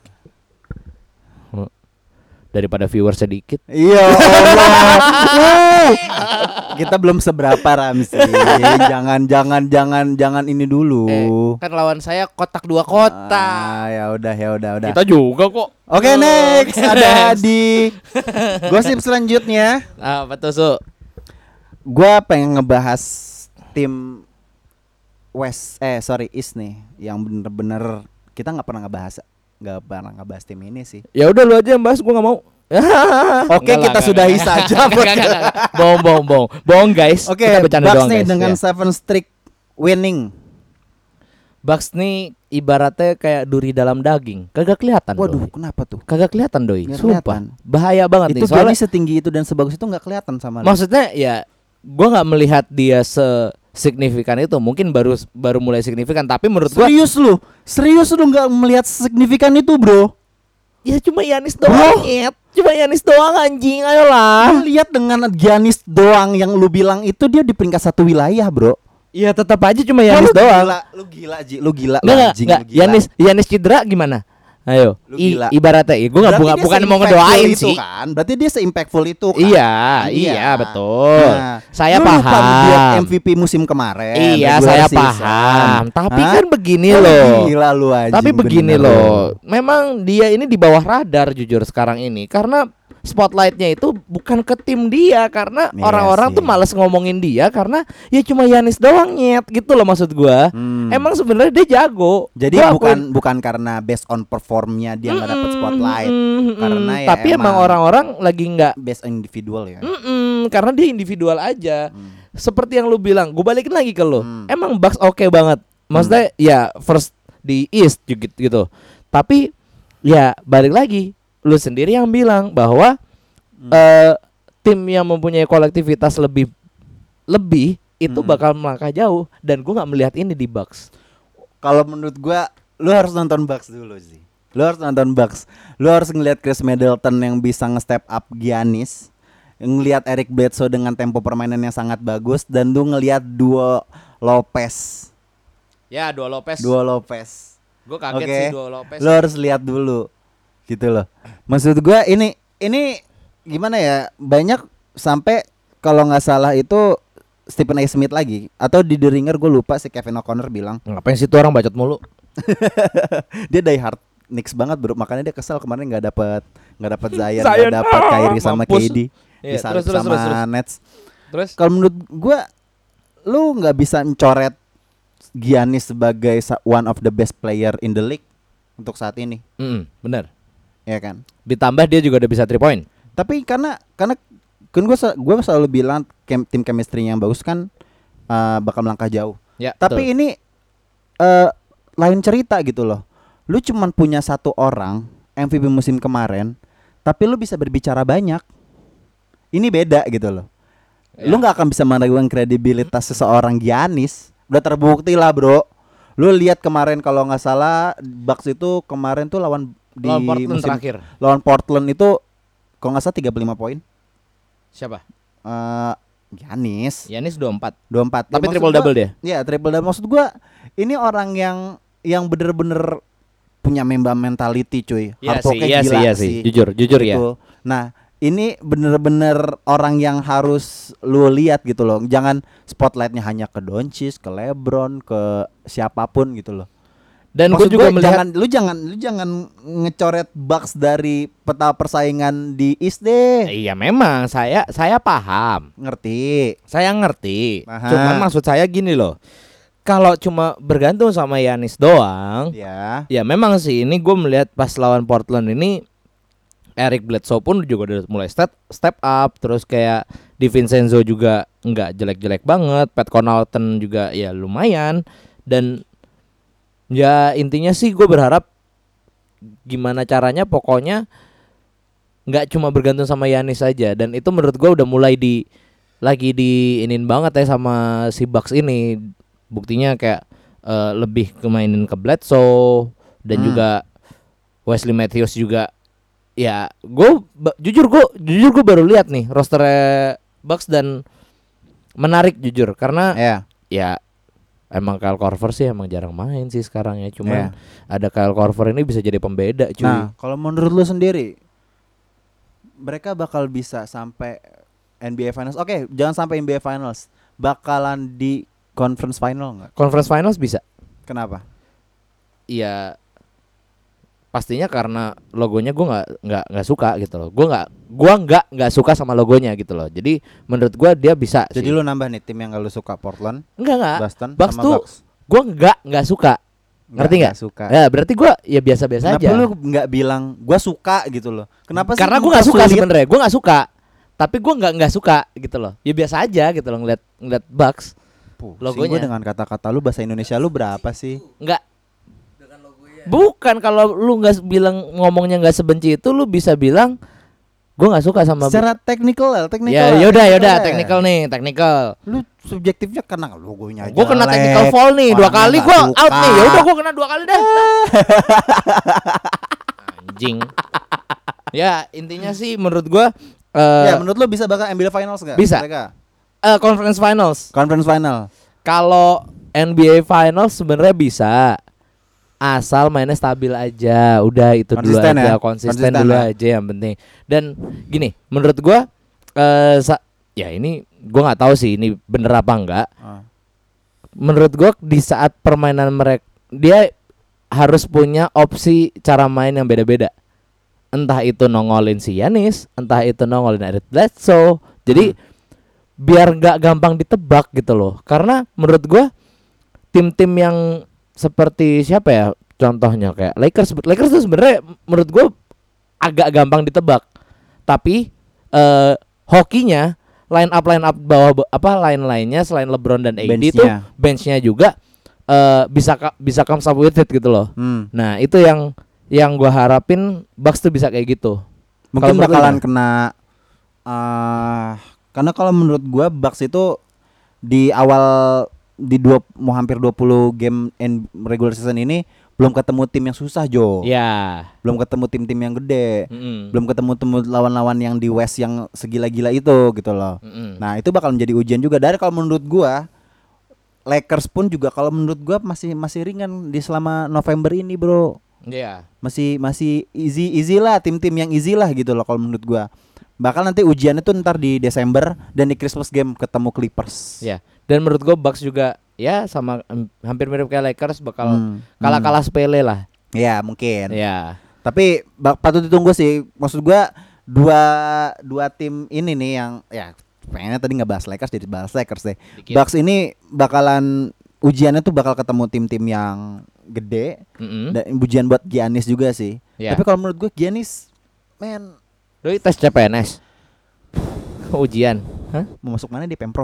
Daripada viewer sedikit. Iya Allah. Wuh. Kita belum seberapa Ramzi. Jangan jangan jangan jangan ini dulu. Eh, kan lawan saya kotak dua kotak. Ah, ya udah ya udah udah. Kita juga kok. Oke, next Oke, ada next. di gosip selanjutnya. Ah, betul, Su. Gua pengen ngebahas tim West eh sorry East nih yang bener-bener kita nggak pernah ngebahas nggak pernah ngebahas tim ini sih. Ya udah lu aja yang bahas, gua nggak mau. Oke, Enggak kita lah, sudahi enggak, saja. enggak, enggak, enggak, enggak. Bohong, bohong, bohong. Bohong, guys. Oke, Kita bercanda Bucks doang, nih guys. dengan Ya. seven streak winning. Bucks nih ibaratnya kayak duri dalam daging. Kagak kelihatan. Waduh, Doi. kenapa tuh? Kagak kelihatan, doi. Nggak Sumpah. kelihatan. Bahaya banget Itu nih. Soalnya Giannis setinggi itu dan sebagus itu nggak kelihatan sama lu. maksudnya ya gua nggak melihat dia sesignifikan itu. Mungkin baru baru mulai signifikan, tapi menurut gua Serius lu? Serius lu nggak melihat signifikan itu, Bro? ya cuma Yanis doang, Nyet. Cuma Yanis doang anjing, ayolah. Lu lihat dengan Giannis doang yang lu bilang itu dia di peringkat satu wilayah, Bro. Iya tetap aja cuma Wah, Yanis lu doang. Gila, lu gila, Ji. Lu gila, Enggak enggak, anjing, enggak. lu gila. Yanis Yanis cedera gimana? Ayo. Lu I, gila. ibaratnya ya, gue nggak Berarti bukan dia bukan mau se-impactful ngedoain itu sih. kan? Berarti dia se-impactful itu kan? Iya, iya betul. Nah, Saya lu lupa dia paham. M V P musim kemarin. Iya, regular saya season. paham. Tapi Hah? kan begini Lu loh. Gila lu anjing. Tapi begini bener. loh. Memang dia ini di bawah radar jujur sekarang ini karena spotlightnya itu bukan ke tim dia karena Iya orang-orang sih. tuh males ngomongin dia karena ya cuma Yanis doang nyet gitu loh maksud gua. Hmm. Emang sebenarnya dia jago. Jadi Gua bukan akuin. bukan karena based on performnya dia nggak dapat Mm-mm, spotlight, mm-mm, karena ya tapi emang emang orang-orang lagi nggak based on individual ya. Mm-mm, karena dia individual aja. Hmm. Seperti yang lu bilang, gue balikin lagi ke lu. Hmm. Emang Bucks oke banget. Maksudnya ya first di East gitu gitu. Tapi ya balik lagi, lu sendiri yang bilang bahwa Hmm. eh, tim yang mempunyai kolektivitas lebih lebih itu Hmm. bakal melangkah jauh dan gue nggak melihat ini di Bucks. Kalau menurut gua, lu harus nonton Bucks dulu sih. Lu harus nonton Bucks. Lu harus ngelihat Chris Middleton yang bisa nge-step up Giannis, ngelihat Eric Bledsoe dengan tempo permainan yang sangat bagus, dan lu ngelihat duo Lopez. Ya, Dua Lopez. Duo Lopez. Gue kaget Oke. sih Dua Lopez. Lu harus lihat dulu. Gitu loh. Maksud gua ini ini gimana ya? Banyak sampai kalau nggak salah itu Stephen A. Smith lagi atau di The Ringer, gue lupa, si Kevin O'Connor bilang Ngapain sih tuh orang bacot mulu? dia die hard Knicks banget, bro, makanya dia kesel kemarin nggak dapat nggak dapat Zion, Zion, nggak dapat ah, Kyrie sama mampus. K D, Iya, disalip terus, terus, sama terus, terus. Nets. Terus Kalau menurut gua, lu nggak bisa mencoret Giannis sebagai sa- one of the best player in the league untuk saat ini, Mm, bener. ya kan? Ditambah dia juga udah bisa three point. Tapi karena karena kan gue gue selalu bilang kem, tim chemistry yang bagus kan uh, bakal melangkah jauh. Ya, Tapi betul. ini uh, lain cerita gitu loh. Lu cuman punya satu orang M V P musim kemarin, tapi lu bisa berbicara banyak. Ini beda gitu loh. Ya. Lu nggak akan bisa meragukan kredibilitas seseorang Giannis. Udah terbukti lah, bro. Lu lihat kemarin kalau nggak salah Bucks itu kemarin tuh lawan di Lawan Portland musim terakhir. lawan Portland itu kalau nggak salah tiga puluh lima poin. Siapa? Eh Giannis Giannis dua puluh empat. dua puluh empat. Tapi Ya, maksud triple gua- double dia. Iya, triple double. Maksud gua ini orang yang yang bener-bener punya Mamba mentality cuy. Iya Hard sih, work-nya iya gila sih, iya sih. Jujur, jujur ya. Gitu. Nah, ini bener-bener orang yang harus lu lihat gitu loh. Jangan spotlightnya hanya ke Doncic, ke LeBron, ke siapapun gitu loh. Dan gue Maksud juga gua melihat jangan, lu jangan lu jangan ngecoret Bucks dari peta persaingan di East deh. iya memang saya saya paham. Ngerti? Saya ngerti. Aha. Cuman maksud saya gini loh. Kalau cuma bergantung sama Giannis doang, Ya. ya memang sih ini gue melihat pas lawan Portland ini Eric Bledsoe pun juga udah mulai step step up, terus kayak DiVincenzo juga nggak jelek-jelek banget, Pat Connaughton juga ya lumayan, dan ya intinya sih gue berharap gimana caranya pokoknya nggak cuma bergantung sama Giannis aja, dan itu menurut gue udah mulai di lagi diinin banget ya sama si Bucks ini. Buktinya kayak eh, lebih kemainin ke Bledsoe dan Hmm. juga Wesley Matthews juga. Ya gue ba- jujur gue jujur gue baru lihat nih roster Bucks dan menarik jujur karena Ya. ya emang Kyle Korver sih emang jarang main sih sekarang ya, cuman Ya. ada Kyle Korver ini bisa jadi pembeda cuy. Nah, kalau menurut lu sendiri mereka bakal bisa sampai N B A Finals. Oke, jangan sampai N B A Finals. Bakalan di Conference Final nggak? Conference Finals bisa. Kenapa? Iya pastinya karena logonya gue nggak nggak nggak suka gitu loh. Gue nggak gue nggak nggak suka sama logonya gitu loh. Jadi menurut gue dia bisa. Jadi sih. lu nambah nih tim yang gak lu suka, Portland, Enggak enggak. Boston, Bucks sama tuh Bucks. gue nggak nggak suka. Ngerti nggak? suka. Ya berarti gue ya biasa-biasa Kenapa aja. lu nggak bilang gua suka gitu loh? Kenapa sih? Karena gue nggak suka sebenarnya. Gue nggak suka. Tapi gue nggak nggak suka gitu loh. Ya biasa aja gitu loh ngeliat ngeliat Bucks. Logonya Logonya. dengan kata-kata lu bahasa Indonesia lu berapa sih? Nggak. Bukan kalau lu nggak bilang ngomongnya nggak sebenci itu, lu bisa bilang gue nggak suka sama. Secara teknikal lah, teknikal. Ya lah, yaudah teknikal yaudah lah. technical nih technical. Lu subjektifnya karena logonya aja. Gue kena jelek, technical foul nih dua orangnya kali, nggak gue suka. out nih. Ya udah gue kena dua kali dah. Anjing. Ya intinya sih menurut gue eh, Ya menurut lu bisa bakal ambil finals gak? Bisa. Mereka? eh, conference finals. Conference final. Kalau N B A finals sebenarnya bisa, asal mainnya stabil aja. Udah itu dulu Konsisten aja, ya? konsisten, Konsisten dulu ya? aja yang penting. Dan gini, menurut gue eh, sa- ya ini gue nggak tahu sih ini bener apa enggak. Ah. Menurut gue di saat permainan mereka, dia harus punya opsi cara main yang beda-beda. Entah itu nongolin si Giannis, entah itu nongolin Eric Bledsoe. Jadi Hmm. biar nggak gampang ditebak gitu loh. Karena menurut gue tim-tim yang seperti siapa ya, contohnya kayak Lakers. Lakers tuh sebenarnya menurut gue agak gampang ditebak. Tapi eh, hokinya line up line up bawah apa line lainnya selain LeBron dan A D itu Benchnya. benchnya juga eh, bisa ka- bisa comes up with it gitu loh. Hmm. Nah itu yang yang gue harapin Bucks tuh bisa kayak gitu. Mungkin Kalau menurut lu bakalan gimana? kena ah karena kalau menurut gua Bucks itu di awal di dua mau hampir dua puluh game in regular season ini belum ketemu tim yang susah, Jo. Ya. Belum ketemu tim-tim yang gede. Mm-mm. Belum ketemu temu lawan-lawan yang di West yang segila-gila itu gitu loh. Mm-mm. Nah, itu bakal menjadi ujian juga. Dari kalau menurut gua Lakers pun juga kalau menurut gua masih masih ringan di selama November ini, Bro. Iya. Masih masih easy easy lah, tim-tim yang easy lah gitu loh kalau menurut gua. Bakal nanti ujiannya tuh ntar di Desember dan di Christmas game ketemu Clippers. Ya. Dan menurut gue Bucks juga ya sama em, hampir mirip kayak Lakers bakal Hmm, kalah-kalah sepele lah. Ya, mungkin. Ya. Tapi bak- patut ditunggu sih. Maksud gua dua dua tim ini nih yang ya pengennya tadi nggak bahas Lakers jadi bahas Lakers deh. Dikit. Bucks ini bakalan ujiannya tuh bakal ketemu tim-tim yang gede Mm-mm. dan ujian buat Giannis juga sih. Ya. Tapi kalau menurut gua Giannis men Doi tes C P N S. Ujian. Hah? mau masuk mana di Pemprov?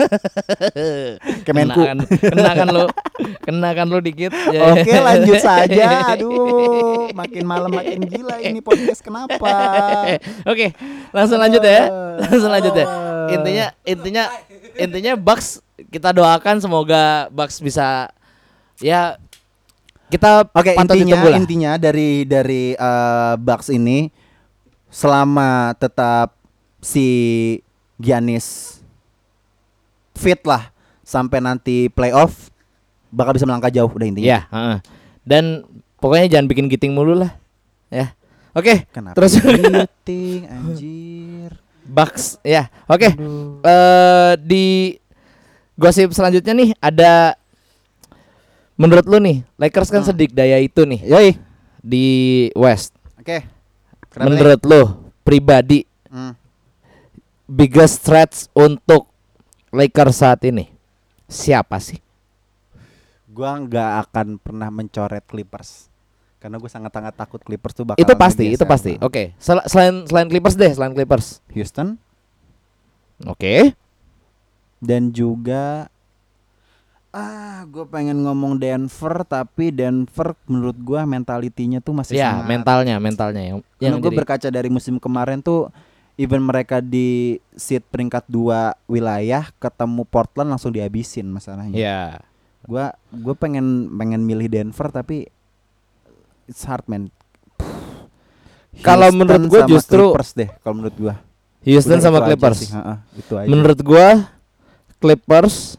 Kemenku. Kenakan, kenakan lu. Kenakan lu dikit. Oke, lanjut saja. Aduh, makin malam makin gila ini podcast kenapa? Oke, langsung lanjut ya. Langsung lanjut ya. Intinya intinya intinya Bucks kita doakan semoga Bucks bisa ya kita Oke, patut intinya ditunggu lah. intinya dari dari uh, Bucks ini selama tetap si Giannis fit lah sampai nanti playoff bakal bisa melangkah jauh udah intinya. Ya, heeh. Dan pokoknya jangan bikin giting mulu lah. Ya. Oke. Kenapa? Terus giting anjir. Bucks ya. Oke. Eh di gosip selanjutnya nih ada menurut lu nih, Lakers kan Hmm. sedikdaya itu nih Yoi. di West. Oke. Kenapa Menurut lu pribadi nih? Hmm. biggest threats untuk Lakers saat ini siapa sih? Gua nggak akan pernah mencoret Clippers karena gue sangat-sangat takut Clippers tuh bakal Itu pasti, itu ngegeser. pasti. Oke. Sel- selain selain Clippers deh, selain Clippers. Houston Oke. dan juga ah gue pengen ngomong Denver tapi Denver menurut gue mentalitinya tuh masih Ya, sangat mentalnya, mentalnya yang karena yang gue jadi- berkaca dari musim kemarin tuh even mereka di seat peringkat dua wilayah ketemu Portland langsung dihabisin masalahnya. Ya. Gua gue pengen pengen milih Denver tapi it's hard man. Kalau Houston menurut gua sama justru- Clippers deh kalau menurut gua. Houston Udah sama itu aja Clippers. sih, ha-ha, itu aja. Menurut gua Clippers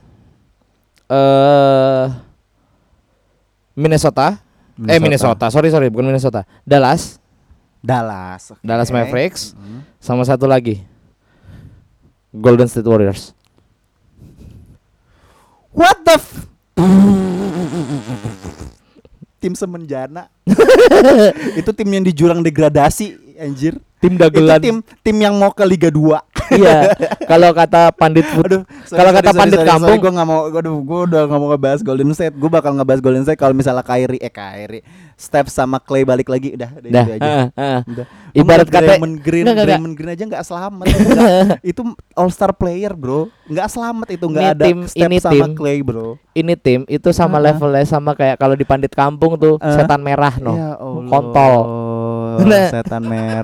eh Minnesota. Eh Minnesota, sorry sorry bukan Minnesota. Dallas, Dallas. oke. Dallas Mavericks, Hmm. sama satu lagi Golden State Warriors. What the f- Tim semenjana. Itu tim yang di jurang degradasi anjir. Tim Itu dagelan. tim tim yang mau ke Liga dua. Iya. Kalau kata pandit foot, Aduh, kalau kata pandit kampung, gue nggak mau, aduh, gue udah nggak mau ngebahas Golden State. Gue bakal ngebahas Golden State kalau misalnya Kyrie, eh Kyrie, Steph sama Clay balik lagi, udah, udah, dah. itu aja. heeh, heeh. Udah. Ibarat Lu kata Draymond Green, Nggak, nggak, Draymond Green aja nggak selamat. Nggak, itu All Star player bro, nggak selamat itu nggak Ini ada tim- Steph ini sama tim. Clay bro. ini tim itu sama Ah. levelnya sama kayak kalau di pandit kampung tuh Ah. setan merah no. Ya Allah. Kontol. Nah. Setan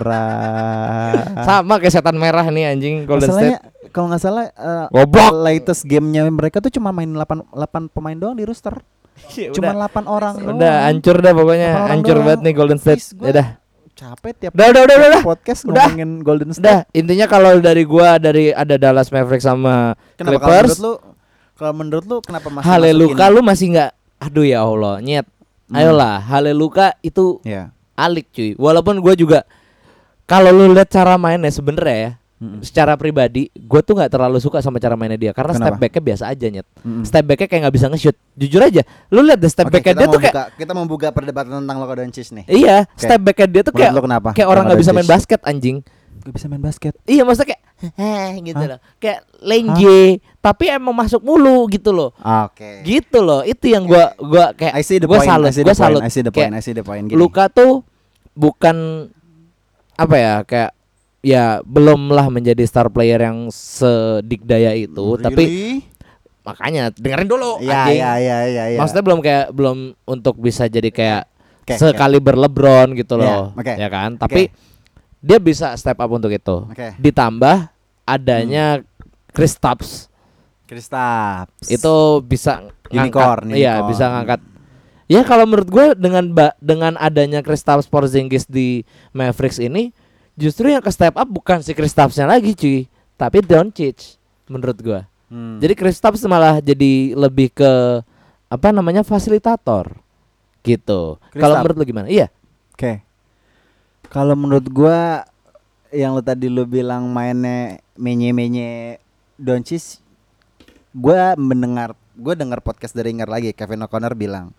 merah. Sama kayak setan merah nih anjing Golden Masalahnya State. kalau nggak salah uh, Goblok. latest gamenya mereka tuh cuma main delapan delapan pemain doang di roster. Cuma delapan orang doang. Udah hancur dah pokoknya, Delapan orang hancur doang. banget nih Golden State. Please, gua Ya dah. Capek tiap Udah, udah, udah, tiap udah. podcast Udah. ngomongin Golden Udah, State. intinya kalau dari gua dari ada Dallas Mavericks sama Kenapa kalau Clippers, menurut lu kalau menurut lu kenapa masih Haleluka masukin- lu masih nggak aduh ya Allah, nyet. Hmm. Ayolah, Haleluka itu Ya. alik cuy. Walaupun gua juga kalau lu lihat cara mainnya sebenarnya ya, Mm-mm. secara pribadi gua tuh nggak terlalu suka sama cara mainnya dia karena step Kenapa? backnya biasa aja nyet. Mm-mm. Step backnya kayak nggak bisa nge-shoot. Jujur aja, lu lihat deh step Oke, backnya kita dia mau tuh kayak buka, kita mau buka perdebatan tentang Luka Doncic nih. iya, Oke. step backnya dia tuh Menurut kayak lu kenapa? kayak orang Luka nggak bisa main Doncic? basket anjing. Gak bisa main basket. Iya maksudnya kayak heh gitu Hah? loh. Kayak lenje, tapi emang masuk mulu gitu loh. Oke. Gitu loh. Itu yang gua gua kayak I see the gua point. salut, I see gua the point. salut. I see the Kayak point. I see the point. Gini. Luka tuh bukan apa ya, kayak ya belum lah menjadi star player yang sedikdaya itu, tapi Really? makanya dengerin dulu Iya, anjing. iya, iya, iya, iya. Maksudnya belum kayak belum untuk bisa jadi kayak Oke, sekaliber LeBron gitu loh. Iya, oke. Ya kan? Tapi dia bisa step up untuk itu. Oke. Ditambah adanya Kristaps Kristaps. itu bisa Unicorn, ngangkat, iya unicorn. bisa ngangkat. Ya kalau menurut gue dengan ba- dengan adanya Kristaps Porzingis di Mavericks ini, justru yang ke step up bukan si Kristapsnya lagi cuy, tapi Doncic menurut gue. Hmm. Jadi Kristaps malah jadi lebih ke apa namanya fasilitator gitu. Kalau Kristaps. menurut lu gimana? Iya. Oke. Kalau menurut gua yang lo tadi lo bilang mainnya menye-menye Doncic, gua mendengar, gua dengar podcast dari Ingar lagi, Kevin O'Connor bilang,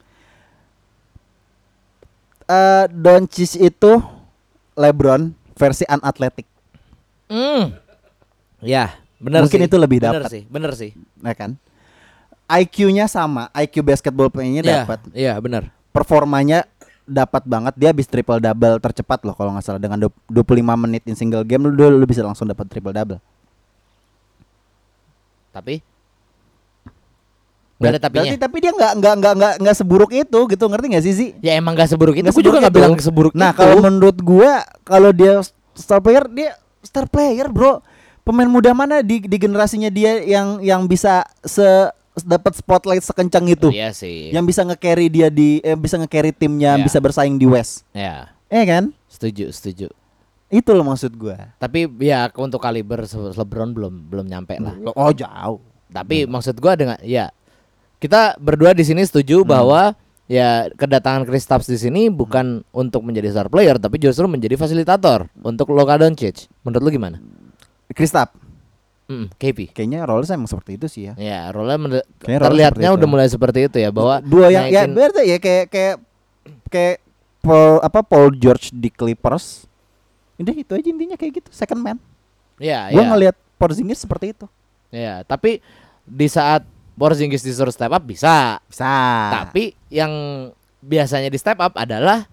eh Doncic itu LeBron versi unatletik, Hmm. Ya, benar Mungkin sih. itu lebih Bener dapat. sih, bener sih. ya kan? I Q-nya sama, I Q basketball playnya Iya, dapat, iya benar. performanya dapat banget. Dia habis triple double tercepat loh kalau nggak salah, dengan dua puluh lima menit in single game lu, lu bisa langsung dapat triple double. Tapi nggak ada tapinya. Berarti tapi dia nggak nggak nggak nggak nggak seburuk itu gitu, ngerti nggak sih sih? Ya emang gak seburuk itu. Nggak Gue juga seburuk gak itu. bilang seburuk Nah itu. kalau menurut gua, kalau dia star player, dia star player bro. Pemain muda mana di di generasinya dia yang yang bisa se dapat spotlight sekencang itu. Iya sih. Yang bisa nge-carry dia di eh, bisa nge-carry timnya, Iya. bisa bersaing di West. Ya, Eh kan? setuju, setuju. Itu loh maksud gua. Tapi ya untuk kaliber se- LeBron belum belum nyampe lah. Oh, jauh. Tapi maksud gua dengan ya kita berdua di sini setuju Hmm. bahwa ya kedatangan Kristaps di sini bukan untuk menjadi star player tapi justru menjadi fasilitator untuk Luka Doncic. Menurut lu gimana? Kristaps Mm, K P. kayaknya role emang seperti itu sih ya. Ya, role menurut Kayaknya role terlihatnya seperti udah itu. mulai seperti itu ya bahwa Dua yang ya naikin- berarti ya kayak kayak kayak Paul apa Paul George di Clippers. Udah itu aja intinya kayak gitu, second man. ya, Gua ya. ngelihat Porzingis seperti itu. Ya, tapi di saat Porzingis disuruh step up bisa. Bisa. Tapi yang biasanya di step up adalah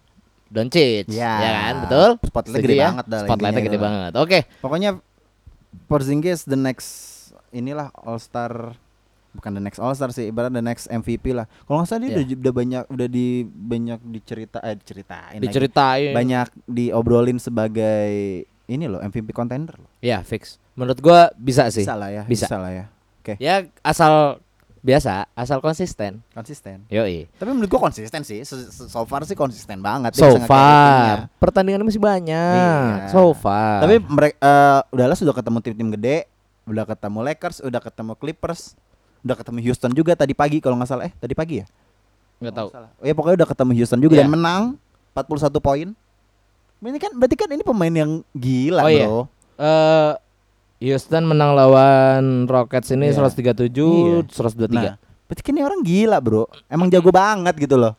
Doncic, Ya. ya kan, betul? Spotlightnya Setuju gede ya? banget dah Spotlightnya intinya gede gitu. banget. Oke. Pokoknya Porzingis the next inilah All Star, bukan the next All Star sih, ibarat the next M V P lah. Kalau nggak salah dia Iya. udah, udah banyak udah di banyak dicerita eh diceritain lagi. Diceritain. Banyak diobrolin sebagai ini loh M V P contender loh. Ya, fix. Menurut gua bisa sih. Bisa lah ya, Bisa. lah ya. Oke, Ya, asal biasa, asal konsisten. konsisten. Yoi. Tapi menurut gua konsisten sih. So, so far sih konsisten banget. Dia So bisa nge-carry timnya. far. Pertandingan masih banyak. Iya. So far. Tapi mereka uh, udahlah sudah ketemu tim-tim gede, udah ketemu Lakers, udah ketemu Clippers, udah ketemu Houston juga tadi pagi kalau nggak salah. Eh, tadi pagi ya? nggak tahu. Oh ya pokoknya udah ketemu Houston juga Iya. dan menang empat puluh satu poin. Ini kan berarti kan ini pemain yang gila, Oh, iya. bro. Eh Houston menang lawan Rockets ini Iya. seratus tiga puluh tujuh, Iya. seratus dua puluh tiga. Nah, berarti kan ini orang gila, bro. Emang jago banget gitu loh.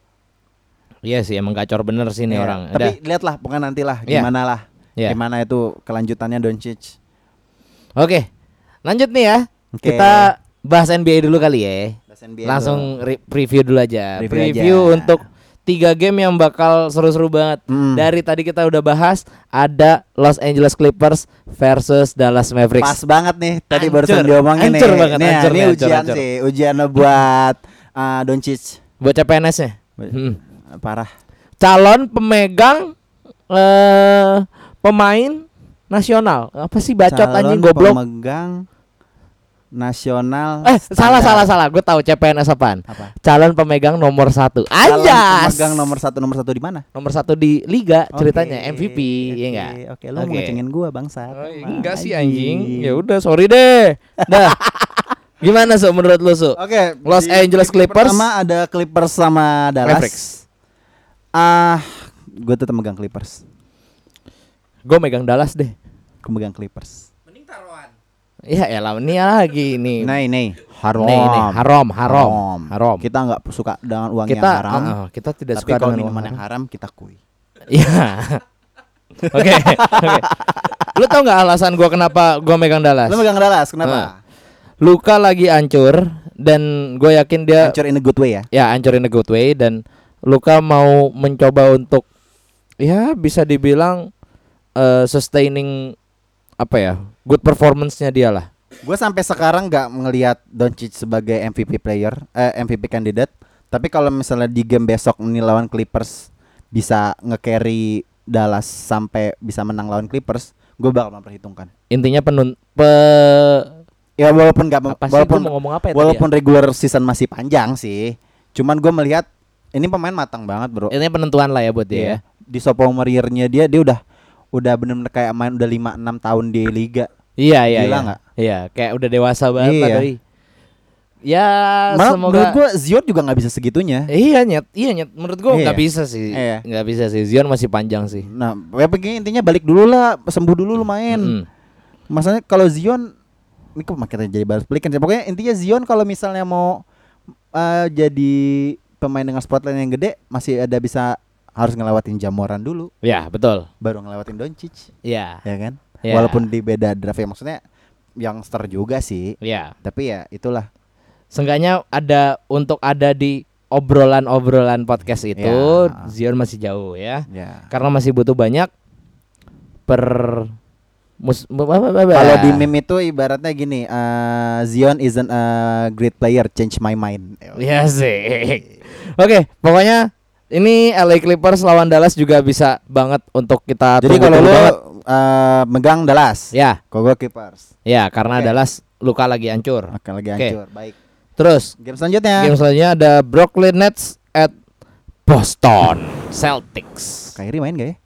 Iya sih, emang gacor bener sih ini Iya. orang. Tapi lihatlah pokoknya nantilah Iya. gimana lah. Iya. Gimana itu kelanjutannya Doncic. Oke, lanjut nih ya. Oke. Kita bahas N B A dulu kali ya. N B A Langsung re- preview dulu aja. Review Preview, aja. untuk tiga game yang bakal seru-seru banget. Hmm. Dari tadi kita udah bahas ada Los Angeles Clippers versus Dallas Mavericks. Pas banget nih tadi Hancur. barusan diomongin nih. Hancur banget, Nih, hancur ini nih, hancur, ujian hancur. sih, ujian buat uh, Doncic. Bocah P N S-nya. Hmm. Parah. Calon pemegang eh pemain nasional. Apa sih bacot Calon anjing goblok? pemegang nasional. Eh, salah standar. salah salah. Gue tahu C P N S apaan. Apa? Calon pemegang nomor satu. Calon Anjas. pemegang nomor satu nomor satu di mana? Nomor satu di liga ceritanya Oke, M V P, ya oke, enggak? Oke, lu mau ngecengin gua bangsat. Oh, enggak sih anjing. Ya udah, sorry deh. Dah. Gimana Su menurut lu Su? Oke, Los di Angeles Clippers Clippers. pertama ada Clippers sama Dallas. Mavericks. Ah, gua tetap megang Clippers. Gue megang Dallas deh. Gua megang Clippers. Ya elah ini lagi nih. Nah, ini haram. Nih, nih, haram, haram, haram. Kita nggak suka dengan uang Kita yang haram. uh, uh, kita tidak Tapi suka kalau dengan minuman uang yang haram. haram kita kui. Iya. Oke. Oke. Lu tau nggak alasan gua kenapa gua megang Dallas? Lu megang Dallas, kenapa? Luka lagi hancur dan gue yakin dia Hancur in a good way ya. ya hancur in a good way dan Luka mau mencoba untuk ya bisa dibilang eh, sustaining apa ya good performance-nya dia lah. Gue sampai sekarang nggak ngelihat Doncic sebagai M V P player, eh, M V P candidate. Tapi kalau misalnya di game besok nih lawan Clippers bisa nge-carry Dallas sampai bisa menang lawan Clippers, gue bakal memperhitungkan. Intinya penun pe Ya walaupun nggak, apa sih walaupun gua mau ngomong apa ya walaupun tadi regular season masih panjang sih. Cuman gue melihat ini pemain matang banget bro. ya? Intinya penentuan lah ya buat dia. Iya. Ya. Di sophomore-nya dia dia udah udah benar-benar kayak main udah lima enam tahun di liga. Iya iya Gila iya. nggak? Iya, kayak udah dewasa banget lah Iya. doi. Ya Malah semoga menurut gue Zion juga nggak bisa segitunya. Iya nyet, iya nyet. Menurut gua Iya. nggak bisa sih, Iya. nggak bisa sih. Zion masih panjang sih. Nah, ya begini intinya balik dulu lah, sembuh dulu lu main. Mm-mm. Masalahnya kalau Zion ini kok makin jadi balas balikan sih. Pokoknya intinya Zion kalau misalnya mau uh, jadi pemain dengan spotlight yang gede masih ada bisa harus ngelewatin Jamoran dulu Ya betul. baru ngelewatin Doncic, Ya, ya kan? Ya. Walaupun di beda draft ya maksudnya youngster juga sih. ya. Tapi ya itulah. Seenggaknya ada untuk ada di obrolan-obrolan podcast itu, Ya. Zion masih jauh ya. Ya. Karena masih butuh banyak per mus apa- apa- apa- Kalau di meme itu ibaratnya gini, uh, Zion isn't a great player, change my mind. Ya sih. Oke, pokoknya ini L A Clippers lawan Dallas juga bisa banget untuk kita Jadi tunggu kalau dulu lu banget. uh, megang Dallas, Ya, kalau gua Clippers. ya karena Oke. Dallas luka lagi hancur. Akan lagi Oke. hancur. Baik. Terus Game selanjutnya. game selanjutnya ada Brooklyn Nets at Boston Celtics. Kyrie main gak ya?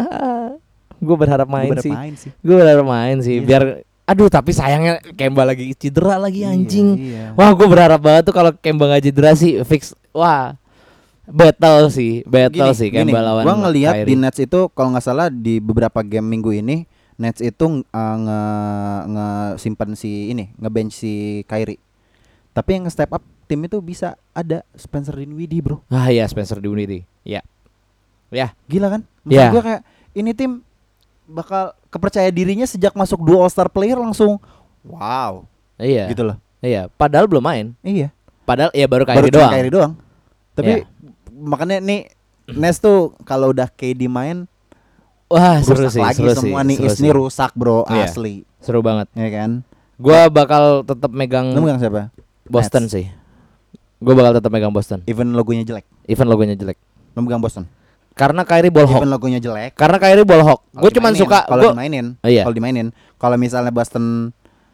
Gue berharap main Gua sih. main sih. Gue berharap main sih Iya. biar aduh tapi sayangnya Kemba lagi cedera lagi anjing. Iya, iya. Wah, gue berharap banget tuh kalau Kemba gak cedera sih fix. Wah. Battle sih, battle sih Kemba lawan Gua ngelihat di Kyrie. Nets itu kalau nggak salah di beberapa game minggu ini Nets itu uh, nge nge simpen si ini, nge-bench si Kyrie. Tapi yang nge-step up tim itu bisa ada Spencer Dinwiddie, bro. Ah iya Spencer Dinwiddie. Ya. Ya. Gila kan? Maksud Iya. gua kayak ini tim bakal kepercaya dirinya sejak masuk dua All Star player langsung wow, Iya. gitu loh. Iya, padahal belum main. Iya. Padahal ya baru Baru Kyrie cuma doang. Kyrie doang. Tapi Iya. makanya nih Nets tuh kalau udah K D main Wah, seru rusak sih, lagi seru semua sih, nih seru East nih sih. rusak, bro, Iya. asli. Seru banget. Ya kan? Gua bakal tetap megang Lu megang siapa? Boston Nets. sih. Gua bakal tetap megang Boston. Even logonya jelek. Even logonya jelek. Lu megang Boston. Karena Kyrie ball hawk. Even logonya jelek. Karena Kyrie ball hawk. kalau Gue cuman dimainin, suka kalau gua dimainin. Oh, iya. Kalau dimainin. Kalau misalnya Boston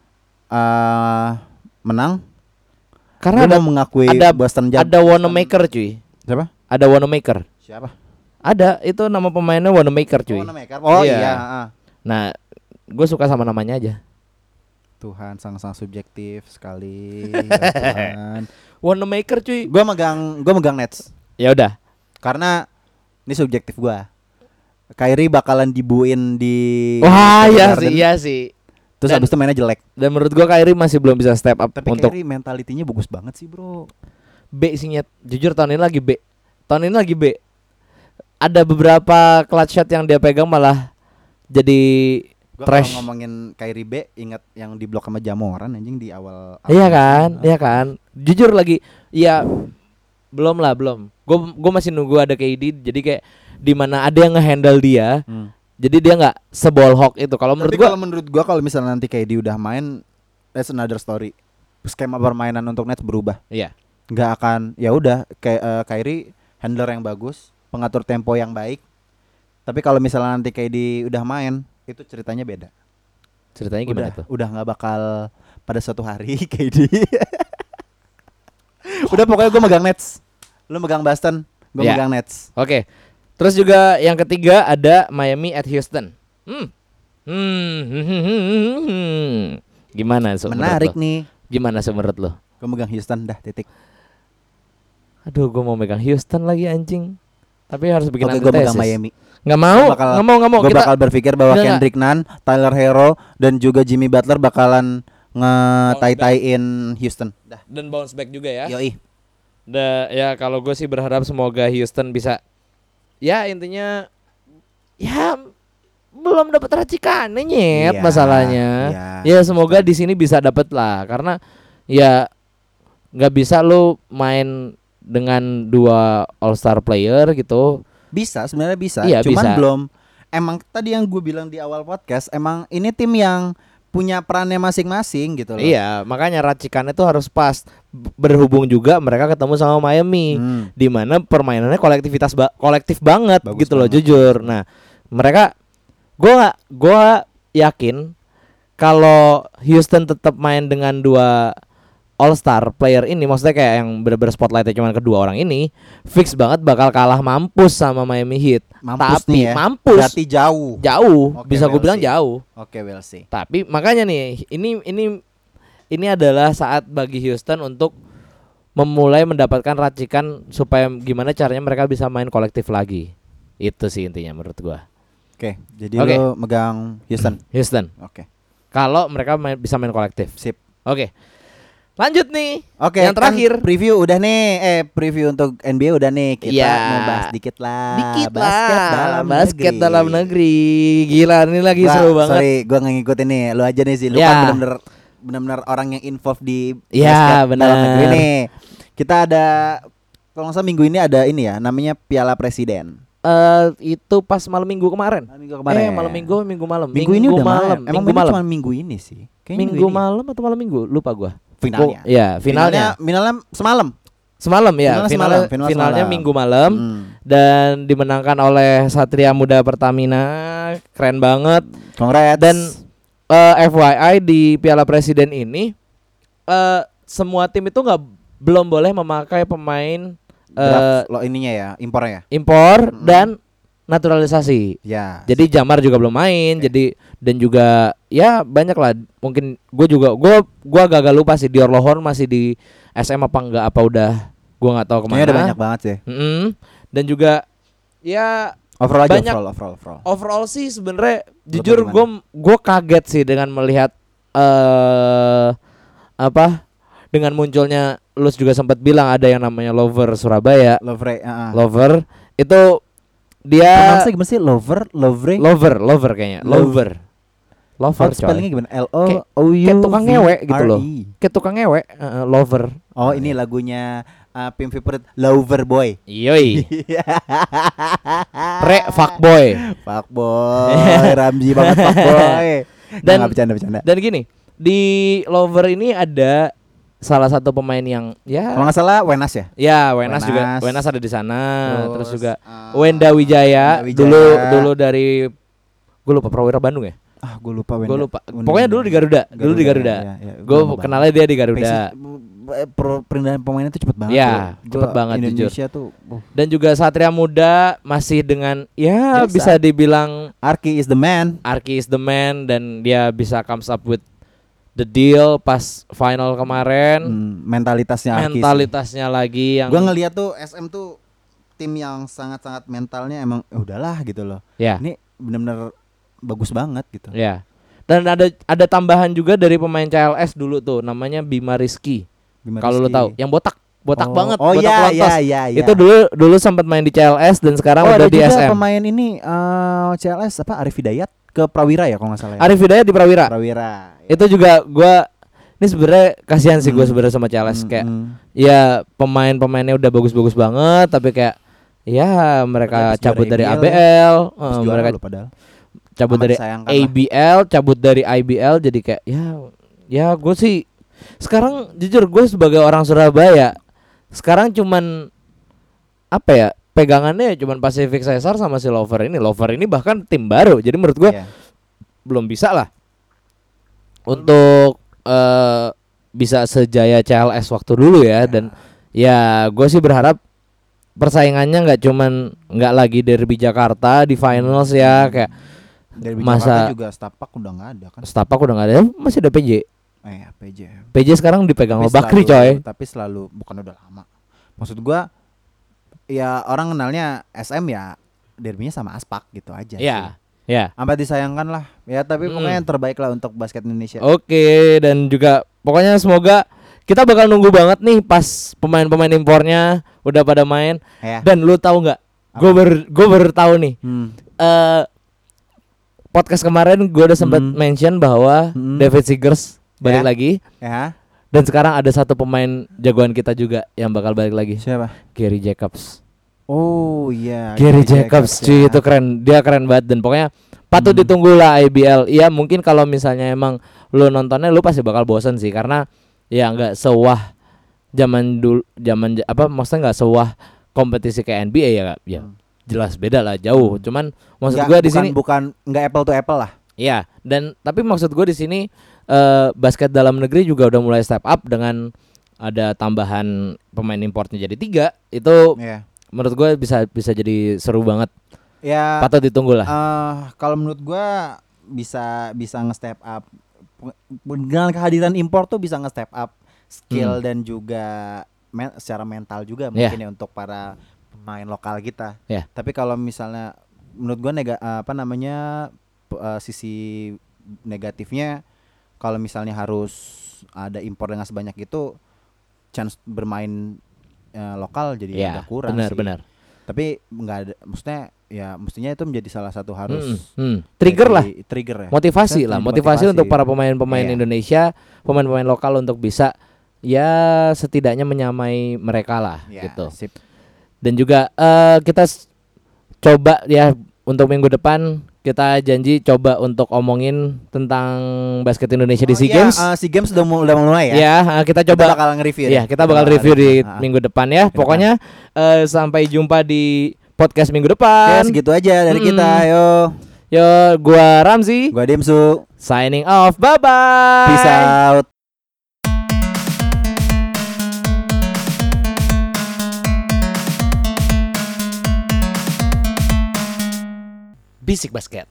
uh, menang, karena gua ada mau mengakui ada Boston jab- ada Wanamaker cuy. Siapa? Ada Wanamaker. Siapa? Ada itu nama pemainnya Wanamaker cuy. Oh, Wanamaker. Oh Iya. iya, ah. Nah, gue suka sama namanya aja. Tuhan sangat-sangat subjektif sekali. Ya Tuhan. Wanamaker cuy. Gua megang gua megang Nets Ya udah. karena ini subjektif gua. Kyrie bakalan dibuin di Wah, iya Garden, sih, iya sih. Terus Dan- habis itu mainnya jelek. Dan menurut gua Kyrie masih belum bisa step up Tapi untuk Kyrie mentalitinya bagus banget sih, bro. B sih nyet. Jujur tahun ini lagi B. Tahun ini lagi B. Ada beberapa clutch shot yang dia pegang malah jadi Gua trash. kalau ngomongin Kyrie B, ingat yang diblok sama Jamoran anjing di awal. Iya kan? Iya kan? Jujur lagi ya belum lah, belum. Gue gue masih nunggu ada K D jadi kayak di mana ada yang ngehandle dia. Hmm. Jadi dia nggak seball hawk itu. Kalau menurut Tapi gua kalau menurut gua kalau misalnya nanti K D udah main, that's another story. Skema permainan untuk Nets berubah. iya. Nggak akan ya udah kayak uh, Kyrie handler yang bagus, pengatur tempo yang baik. Tapi kalau misalnya nanti K D udah main, itu ceritanya beda. Ceritanya Udah gimana tuh? udah nggak bakal pada suatu hari K D. Udah pokoknya gua megang Nets. Lu megang Boston, gua Ya. megang Nets. Oke. Terus juga yang ketiga ada Miami at Houston. Hmm. Hmm. Hmm. Gimana so, Menarik menurut lo? nih. Gimana sih menurut lo? Gua megang Houston dah titik. Aduh, gue mau megang Houston lagi anjing. Tapi harus bikin Oke, gua megang antitesis. Miami. Nggak mau, Gua bakal- nggak mau, nggak mau. Gue Kita bakal berpikir bahwa Nggak, Kendrick Nunn, Tyler Hero dan juga Jimmy Butler bakalan nge-tai-taiin Houston. Dah. dan bounce back juga ya. Yoi. Da, ya kalau gue sih berharap semoga Houston bisa. Ya intinya, ya belum dapat racikannya nyet Iya, masalahnya. iya. Ya semoga di sini bisa dapat lah, karena ya nggak bisa lu main dengan dua All Star player gitu. Bisa, sebenarnya bisa. Iya, Cuman bisa. belum. Emang tadi yang gue bilang di awal podcast, emang ini tim yang punya perannya masing-masing gitu loh. Iya, makanya racikannya tuh harus pas. B- Berhubung juga mereka ketemu sama Miami, Hmm. di mana permainannya kolektivitas ba- kolektif banget Bagus gitu loh, banget. jujur. Nah, mereka, gua gua yakin kalau Houston tetap main dengan dua All Star player ini, maksudnya kayak yang bener-bener spotlightnya cuma kedua orang ini, fix banget bakal kalah mampus sama Miami Heat. Mampus Tapi nih ya. mampus Berarti jauh. jauh, Oke, bisa gue we'll bilang see. jauh. Oke, we'll see. Tapi makanya nih, ini ini ini adalah saat bagi Houston untuk memulai mendapatkan racikan supaya gimana caranya mereka bisa main kolektif lagi. Itu sih intinya menurut gua. Oke, jadi Oke. lo megang Houston. Houston. Oke. Kalau mereka main, bisa main kolektif. Sip. Oke. Lanjut nih. Oke, Yang terakhir. kan preview udah nih. Eh, preview untuk N B A udah nih. Kita Iya. mau bahas dikit lah. Dikit basket lah. dalam basket negeri. dalam negeri. Gila ini lagi Gua- seru banget. Sorry, gua nggak ngikutin nih. Lu aja nih sih. Lu Ya. kan benar-benar benar-benar orang yang involved di Ya, basket benar. dalam negeri nih. Kita ada kalau nggak salah minggu ini ada ini ya, namanya Piala Presiden. Eh itu pas malam minggu kemarin. Minggu kemarin. Eh malam minggu, minggu malam. Minggu ini udah malam. malam. Emang minggu ini malam. cuma minggu ini sih. Kayaknya Minggu ini. malam atau malam minggu? Lupa gua. Finalnya. Oh, iya, finalnya. Finalnya semalam. Semalam ya, Finalnya finalnya, semalam, final finalnya semalam. minggu malam Hmm. dan dimenangkan oleh Satria Muda Pertamina, keren banget. Congrats. Dan eh, F Y I di Piala Presiden ini eh semua tim itu nggak belum boleh memakai pemain Draft eh, lo ininya ya, impornya ya. impor Mm-mm. dan naturalisasi. Ya. Jadi Jamar juga belum main, jadi dan juga ya banyak lah. Mungkin gue juga gue gue agak lupa sih Dior Lohorn masih di S M apa enggak, apa udah gue nggak tahu Kayaknya kemana. ada banyak banget sih. Mm-mm. Dan juga ya Overall aja banyak- overall overall overall. overall sih sebenarnya Menurut jujur lo gue gue kaget sih dengan melihat eh apa dengan munculnya, lu juga sempat bilang ada yang namanya Lover Surabaya. Lovre, heeh. Lover itu dia Pronunciasi gimana sih? Lover, Lovre. Lover, Lover kayaknya. Love. Lover. Lover coy. Spellingnya gimana? L O Kayak- O U kayak tukang V ngewe gitu R loh. E. Kayak tukang ngewe, uh, Lover. Oh, ini lagunya uh, Pimp Favorit Lover Boy. Yoi. Re fuckboy. Fuckboy, Ramzi banget fuckboy. Dan- Nggak, bercanda bercanda. Dan gini, di Lover ini ada salah satu pemain yang ya Kalau nggak salah Wenas ya. ya Wenas, juga Wenas. Wenas ada di sana, terus, juga uh, Wenda Wijaya, Wenda Wijaya. dulu dulu dari gue lupa Prawira Bandung ya. Ah, gue lupa Wenda. Gue lupa. Wenda. Pokoknya dulu di Garuda, dulu di Garuda. ya, ya, ya. Gue lama kenalnya dia di Garuda. banget. Eh, pro- Perindahan pemainnya tuh cepet banget. Ya, bro. cepet Gua banget, Indonesia tuh. uh, Dan juga Satria Muda masih dengan ya Biasa. bisa dibilang Arki is the man. Arki is the man, dan dia bisa comes up with the deal pas final kemarin. Hmm, mentalitasnya Arki. Mentalitasnya lagi yang Gue ngeliat tuh S M tuh tim yang sangat-sangat mentalnya emang ya udahlah gitu loh. ya, Ini benar-benar bagus banget gitu. ya. Dan ada ada tambahan juga dari pemain C L S dulu tuh namanya Bima Rizky. Bima Kalau lo Rizky. tahu, yang botak, botak Oh. banget, Oh botak iya pelontos. iya iya iya. Itu dulu dulu sempat main di C L S dan sekarang oh, udah ada di juga S M. pemain ini eh, C L S apa Arif Hidayat ke Prawira ya kalau nggak salah ya. Arif Hidayat di Prawira. Prawira. Itu juga gua ini sebenarnya kasihan sih gue Hmm. sebenarnya sama C L S Hmm, kayak hmm. ya pemain-pemainnya udah bagus-bagus banget tapi kayak ya mereka Habis cabut juara dari I B L A B L, Terus eh, juara mereka lu padahal. cabut Amat dari disayangkan A lah. B L, cabut dari I B L, jadi kayak ya ya gue sih sekarang jujur gue sebagai orang Surabaya sekarang cuman apa ya pegangannya cuman Pacific Caesar sama si Lover ini. Lover ini bahkan tim baru, jadi menurut gue Iya. belum bisa lah untuk eh, bisa sejaya C L S waktu dulu ya. Dan ya gue sih berharap persaingannya nggak cuman nggak lagi derby Jakarta di finals ya, kayak Dari masa- Jakarta juga Stapak udah nggak ada kan. Setapak udah nggak ada, masih ada P J. Eh P J. P J sekarang dipegang sama Tapi Bakri selalu- coy. Tapi selalu bukan udah lama. Maksud gua ya orang kenalnya S M ya derbynya sama Aspak gitu aja. Ya, ya. Sampai disayangkan lah. Ya tapi Mm. pokoknya yang terbaik lah untuk basket Indonesia. Oke, dan juga pokoknya semoga kita bakal nunggu banget nih pas pemain-pemain impornya udah pada main. Ya. Dan lu tahu nggak? Gue ber gue baru tahu nih. Hmm. eh podcast kemarin gue udah sempat Hmm. mention bahwa Hmm. David Seegers balik Ya. lagi, Ya. dan sekarang ada satu pemain jagoan kita juga yang bakal balik lagi, Siapa? Gary Jacobs. Oh iya. Gary Jacobs, cuy, ya. itu keren, dia keren banget dan pokoknya patut Hmm. ditunggu lah I B L. Iya mungkin kalau misalnya emang lu nontonnya lu pasti bakal bosen sih karena ya nggak sewah zaman dulu, zaman j- apa maksudnya nggak sewah kompetisi kayak N B A ya, Kak? Ya Hmm. jelas beda lah jauh. Cuman maksud Nggak, gue di bukan- sini bukan nggak apple to apple lah. iya, dan tapi maksud gue di sini eh, basket dalam negeri juga udah mulai step up dengan ada tambahan pemain importnya jadi tiga. Itu Iya. menurut gue bisa bisa jadi seru banget. Ya. Patut ditunggu lah. Eh, kalau menurut gua bisa bisa nge-step up dengan kehadiran impor tuh bisa nge-step up skill Hmm. dan juga men- secara mental juga Yeah. mungkin ya untuk para pemain lokal kita. Yeah. Tapi kalau misalnya menurut gua nega, apa namanya p- eh, sisi negatifnya kalau misalnya harus ada impor dengan sebanyak itu chance bermain eh, lokal jadi Ya, agak kurang benar sih. benar. Tapi nggak ada, maksudnya ya mestinya itu menjadi salah satu harus Hmm, hmm. Trigger lah, jadi trigger ya. motivasi Bisa lah, jadi motivasi motivasi. untuk para pemain-pemain Iya. Indonesia, pemain-pemain lokal untuk bisa ya setidaknya menyamai mereka lah Ya, gitu. sip. Dan juga eh, kita s- coba ya untuk minggu depan kita janji coba untuk omongin tentang basket Indonesia di Oh SEA iya, Games. eh, SEA Games udah mulai, udah mulai ya. Ya, eh, kita Kita coba bakal nge-review. ya deh. kita bakal review di Ah, ah. minggu depan ya. Minggu Pokoknya eh, sampai jumpa di podcast minggu depan. Oke, segitu aja dari Mm-mm. kita. Ayo. Yo, gua Ramzi Gua Dimsu. signing off. Bye bye. Peace out. Bisik Basket.